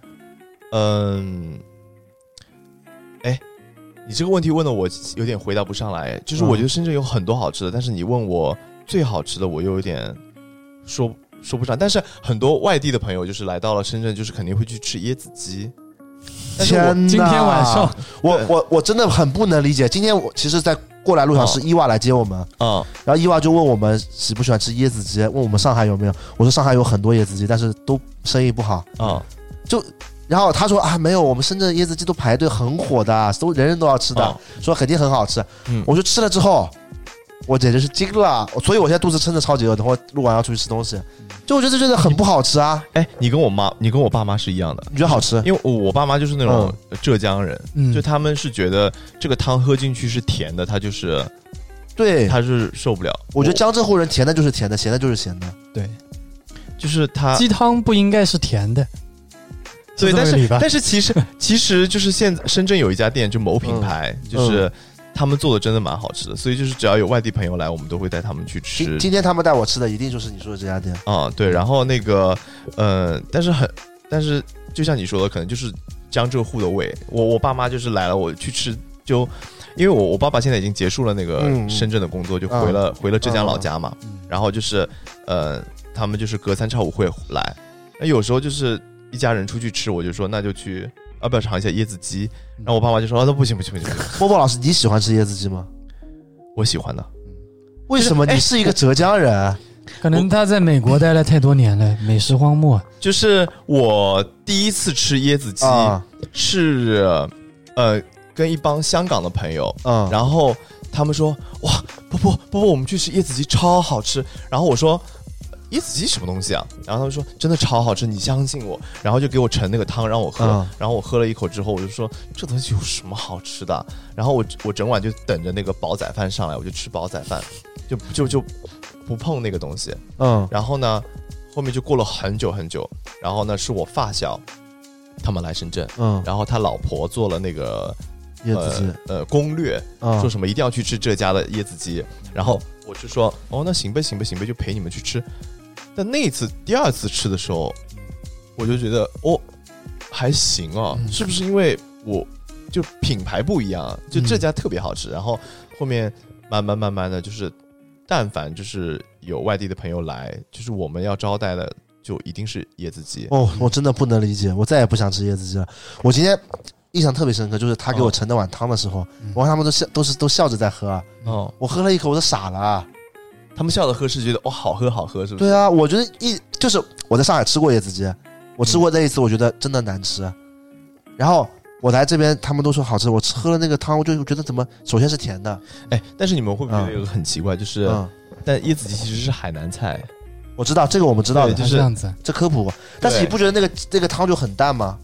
你这个问题问的我有点回答不上来，就是我觉得深圳有很多好吃的，但是你问我最好吃的，我又有点说不上。但是很多外地的朋友就是来到了深圳，就是肯定会去吃椰子鸡。 天， 今天晚上我真的很不能理解。今天我其实在过来路上是伊娃来接我们，然后伊娃就问我们喜不喜欢吃椰子鸡，问我们上海有没有。我说上海有很多椰子鸡，但是都生意不好。然后他说啊没有，我们深圳椰子鸡都排队很火的，人人都要吃的，说肯定很好吃。我就吃了之后，我简直是惊了，所以我现在肚子撑得超级饿，等会录完要出去吃东西。就我觉得这真的很不好吃啊！ 哎，你跟我爸妈是一样的， 你觉得好吃？ 因为我爸妈就是那种浙江人，就他们是觉得这个汤喝进去是甜的，他就是对， 他是受不了。 我觉得江浙沪人甜的就是甜的，咸的就是咸的。 对， 就是他鸡汤不应该是甜的。 对，但是其实就是现在深圳有一家店，就某品牌，就是他们做的真的蛮好吃的，所以就是只要有外地朋友来，我们都会带他们去吃。 今天他们带我吃的一定就是你说的这家店啊，对。然后那个但是就像你说的，可能就是江浙沪的味。我爸妈就是来了，我去吃，就因为我爸爸现在已经结束了那个深圳的工作，就回了浙江老家嘛。然后就是他们就是隔三差五会来，那有时候就是一家人出去吃，我就说那就去。要不要尝一下椰子鸡？然后我爸妈就说：“那不行。” 波波老师，你喜欢吃椰子鸡吗？ 我喜欢的。 为什么？你是一个浙江人， 可能他在美国待了太多年了，美食荒漠。 就是我第一次吃椰子鸡是跟一帮香港的朋友，然后他们说：“哇，波波，我们去吃椰子鸡，超好吃。”然后我说。椰子鸡什么东西啊？然后他们说真的超好吃，你相信我。然后就给我盛那个汤让我喝，然后我喝了一口之后，我就说这东西有什么好吃的？然后我整晚就等着那个煲仔饭上来，我就吃煲仔饭，就不碰那个东西。然后呢，后面就过了很久很久，然后呢是我发小他们来深圳，然后他老婆做了那个椰子鸡攻略，说什么一定要去吃这家的椰子鸡，然后我就说哦那行呗，就陪你们去吃。但那一次第二次吃的时候，我就觉得还行啊，是不是因为我就品牌不一样，就这家特别好吃，然后后面慢慢的就是但凡就是有外地的朋友来，就是我们要招待的就一定是椰子鸡。 我真的不能理解，我再也不想吃椰子鸡了。我今天印象特别深刻，就是他给我盛那碗汤的时候，我看他们都笑着在喝，我喝了一口我都傻了。 他们笑着喝是觉得好喝，是不是？ 对啊，我觉得就是我在上海吃过椰子鸡，我吃过那一次，我觉得真的难吃。然后我来这边，他们都说好吃，我喝了那个汤，我就觉得怎么首先是甜的。 哎，但是你们会不会觉得有个很奇怪，就是但椰子鸡其实是海南菜。 我知道这个，我们知道的， 就是这样子。 这科普过，但是你不觉得那个汤就很淡吗？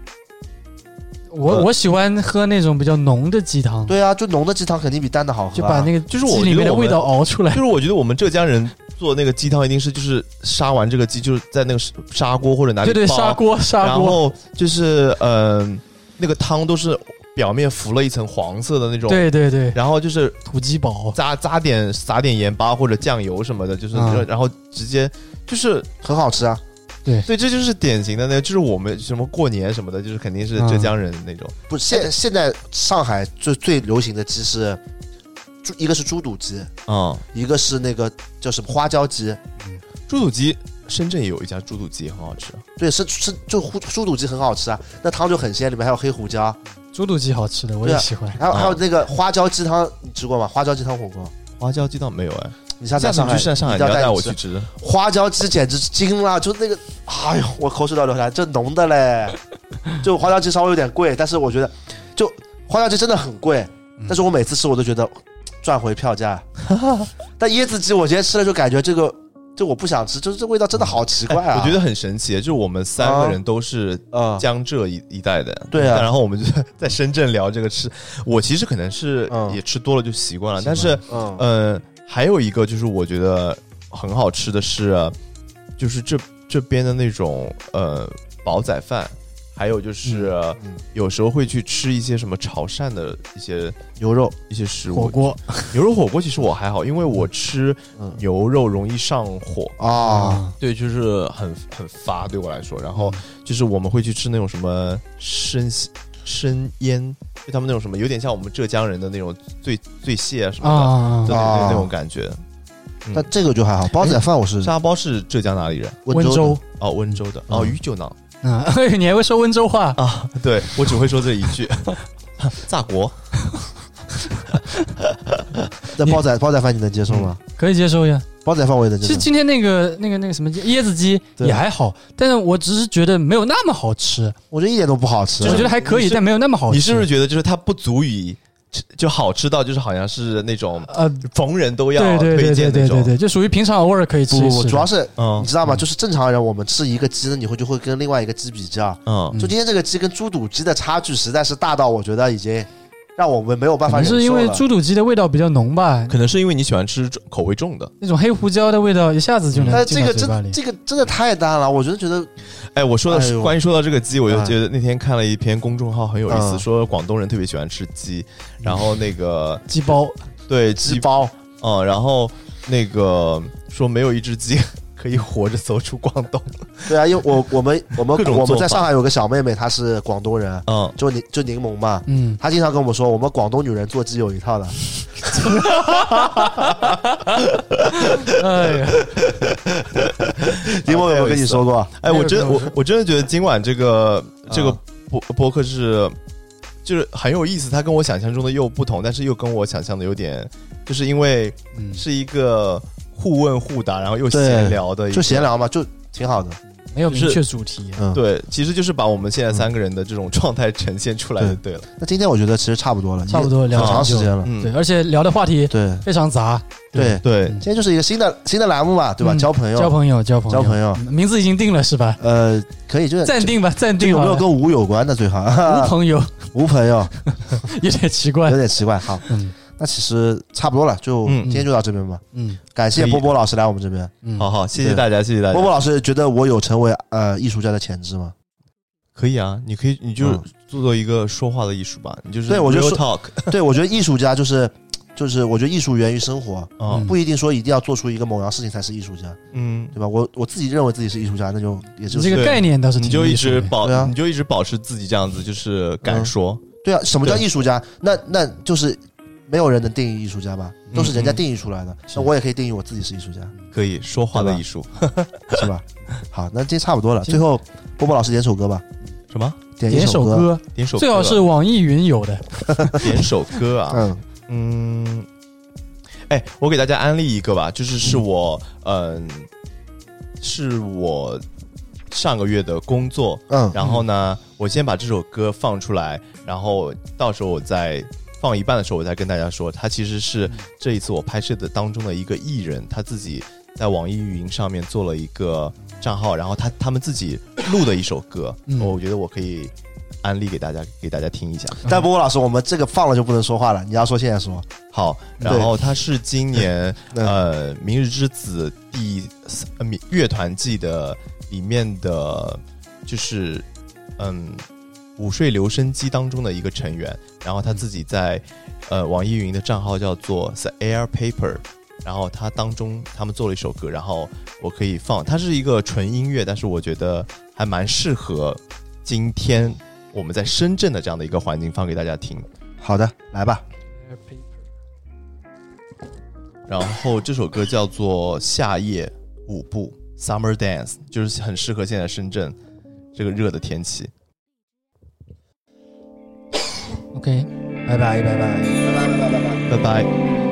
我喜欢喝那种比较浓的鸡汤。 对啊，就浓的鸡汤肯定比淡的好喝， 就把那个鸡里面的味道熬出来。 就是我觉得我们浙江人做那个鸡汤一定是就是杀完这个鸡，就是在那个砂锅或者哪里对砂锅， 然后就是那个汤都是表面浮了一层黄色的那种， 对对对， 然后就是土鸡堡， 撒点盐巴或者酱油什么的，就是、然后直接就是很好吃啊。 对， 这就是典型的那个，就是我们什么过年什么的，就是肯定是浙江人那种。 不，现在上海最流行的鸡是，一个是猪肚鸡，一个是那个叫什么花椒鸡。 猪肚鸡，深圳也有一家猪肚鸡很好吃。 对，是就猪肚鸡很好吃啊，那汤就很鲜，里面还有黑胡椒。 猪肚鸡好吃的，我也喜欢。 还有那个花椒鸡汤，你吃过吗？花椒鸡汤火锅， 花椒鸡汤没有哎。 你下次上海， 你要带我去吃花椒鸡，简直惊了！就那个，哎呦，我口水都流下来，这浓的嘞。就花椒鸡稍微有点贵，但是我觉得，就花椒鸡真的很贵，但是我每次吃我都觉得赚回票价。但椰子鸡我今天吃了就感觉这个，就我不想吃，就是这味道真的好奇怪啊！ 我觉得很神奇，就是我们3个人都是江浙一带的， 对啊， 然后我们就在深圳聊这个吃，我其实可能是也吃多了就习惯了，但是还有一个就是我觉得很好吃的是，就是这边的那种煲仔饭，还有就是有时候会去吃一些什么潮汕的一些牛肉一些食物火锅， 牛肉火锅其实我还好，因为我吃牛肉容易上火啊， 对，就是很发对我来说，然后就是我们会去吃那种什么生腌，就他们那种什么有点像我们浙江人的那种醉蟹啊什么的，对那种感觉。 但这个就还好，煲仔饭我是沙包是浙江哪里人？ 温州哦，温州的哦，鱼酒囊你还会说温州话啊？对，我只会说这一句。炸国。 那煲仔饭你能接受吗？ 可以接受呀。 煲仔饭我也能接受。 其实今天那个什么椰子鸡也还好，但是我只是觉得没有那么好吃。 我觉得一点都不好吃。 我觉得还可以，但没有那么好吃。 你是不是觉得就是它不足以就好吃到就是好像是那种逢人都要推荐那种？ 对，就属于平常偶尔可以吃一吃。 不，主要是你知道吗？就是正常人我们吃一个鸡呢，你就会跟另外一个鸡比较。就今天这个鸡跟猪肚鸡的差距实在是大到我觉得已经让我们没有办法忍受了。 是因为猪肚鸡的味道比较浓吧？ 可能是因为你喜欢吃口味重的那种黑胡椒的味道，一下子就能进到嘴巴里。 这个真的太淡了，我觉得。 哎，关于说到这个鸡，我就觉得那天看了一篇公众号很有意思，说广东人特别喜欢吃鸡，然后那个鸡包， 对鸡包，然后那个说没有一只鸡可以活着走出广东。 对啊，因为我们在上海有个小妹妹，她是广东人，就柠檬嘛，她经常跟我们说，我们广东女人做鸡有一套的。 哎呀， 柠檬有没有跟你说过？ 哎，我真的觉得今晚这个播客就是很有意思，它跟我想象中的又不同，但是又跟我想象的有点，就是因为是一个互问互答，然后又闲聊的， 就闲聊嘛，就挺好的。 没有明确主题， 对，其实就是把我们现在3个人的这种状态呈现出来就对了。 那今天我觉得其实差不多了， 聊长时间了， 对，而且聊的话题非常杂， 对，今天就是一个新的栏目嘛，对吧？交朋友， 名字已经定了是吧？ 可以，就暂定吧，暂定。 有没有跟无有关的最好？无朋友， 有点奇怪， 好。那其实差不多了，就今天就到这边吧。感谢波波老师来我们这边。 好，谢谢大家，谢谢大家。 波波老师觉得我有成为艺术家的潜质吗？ 可以啊，你就做一个说话的艺术吧，你就是对我觉得 talk。 对，我觉得艺术家就是我觉得艺术源于生活，不一定说一定要做出一个某样事情才是艺术家，对吧？我自己认为自己是艺术家，那就也就是这个概念倒是你就一直保持自己这样子，就是敢说。 对啊，什么叫艺术家？那就是没有人能定义艺术家吧，都是人家定义出来的。那我也可以定义我自己是艺术家， 可以说话的艺术， 是吧？好，那今天差不多了，最后波波老师点首歌吧。 什么？ 点首歌，最好是网易云有的。 点首歌啊，哎，我给大家安利一个吧，是我上个月的工作，然后呢，我先把这首歌放出来，然后到时候我再放一半的时候，我再跟大家说，他其实是这一次我拍摄的当中的一个艺人，他自己在网易云上面做了一个账号，然后他们自己录的一首歌，我觉得我可以安利给大家听一下。 但波波老师，我们这个放了就不能说话了，你要说现在说。 好，然后他是今年明日之子乐团季的里面的，就是午睡留声机当中的一个成员，然后他自己在网易云的账号叫做 The Air Paper， 然后他当中他们做了一首歌，然后我可以放，它是一个纯音乐，但是我觉得还蛮适合今天我们在深圳的这样的一个环境放给大家听。 好的，来吧。 然后这首歌叫做夏夜舞步 Summer Dance， 就是很适合现在深圳这个热的天气。 OK， 拜拜拜拜拜拜拜拜拜拜。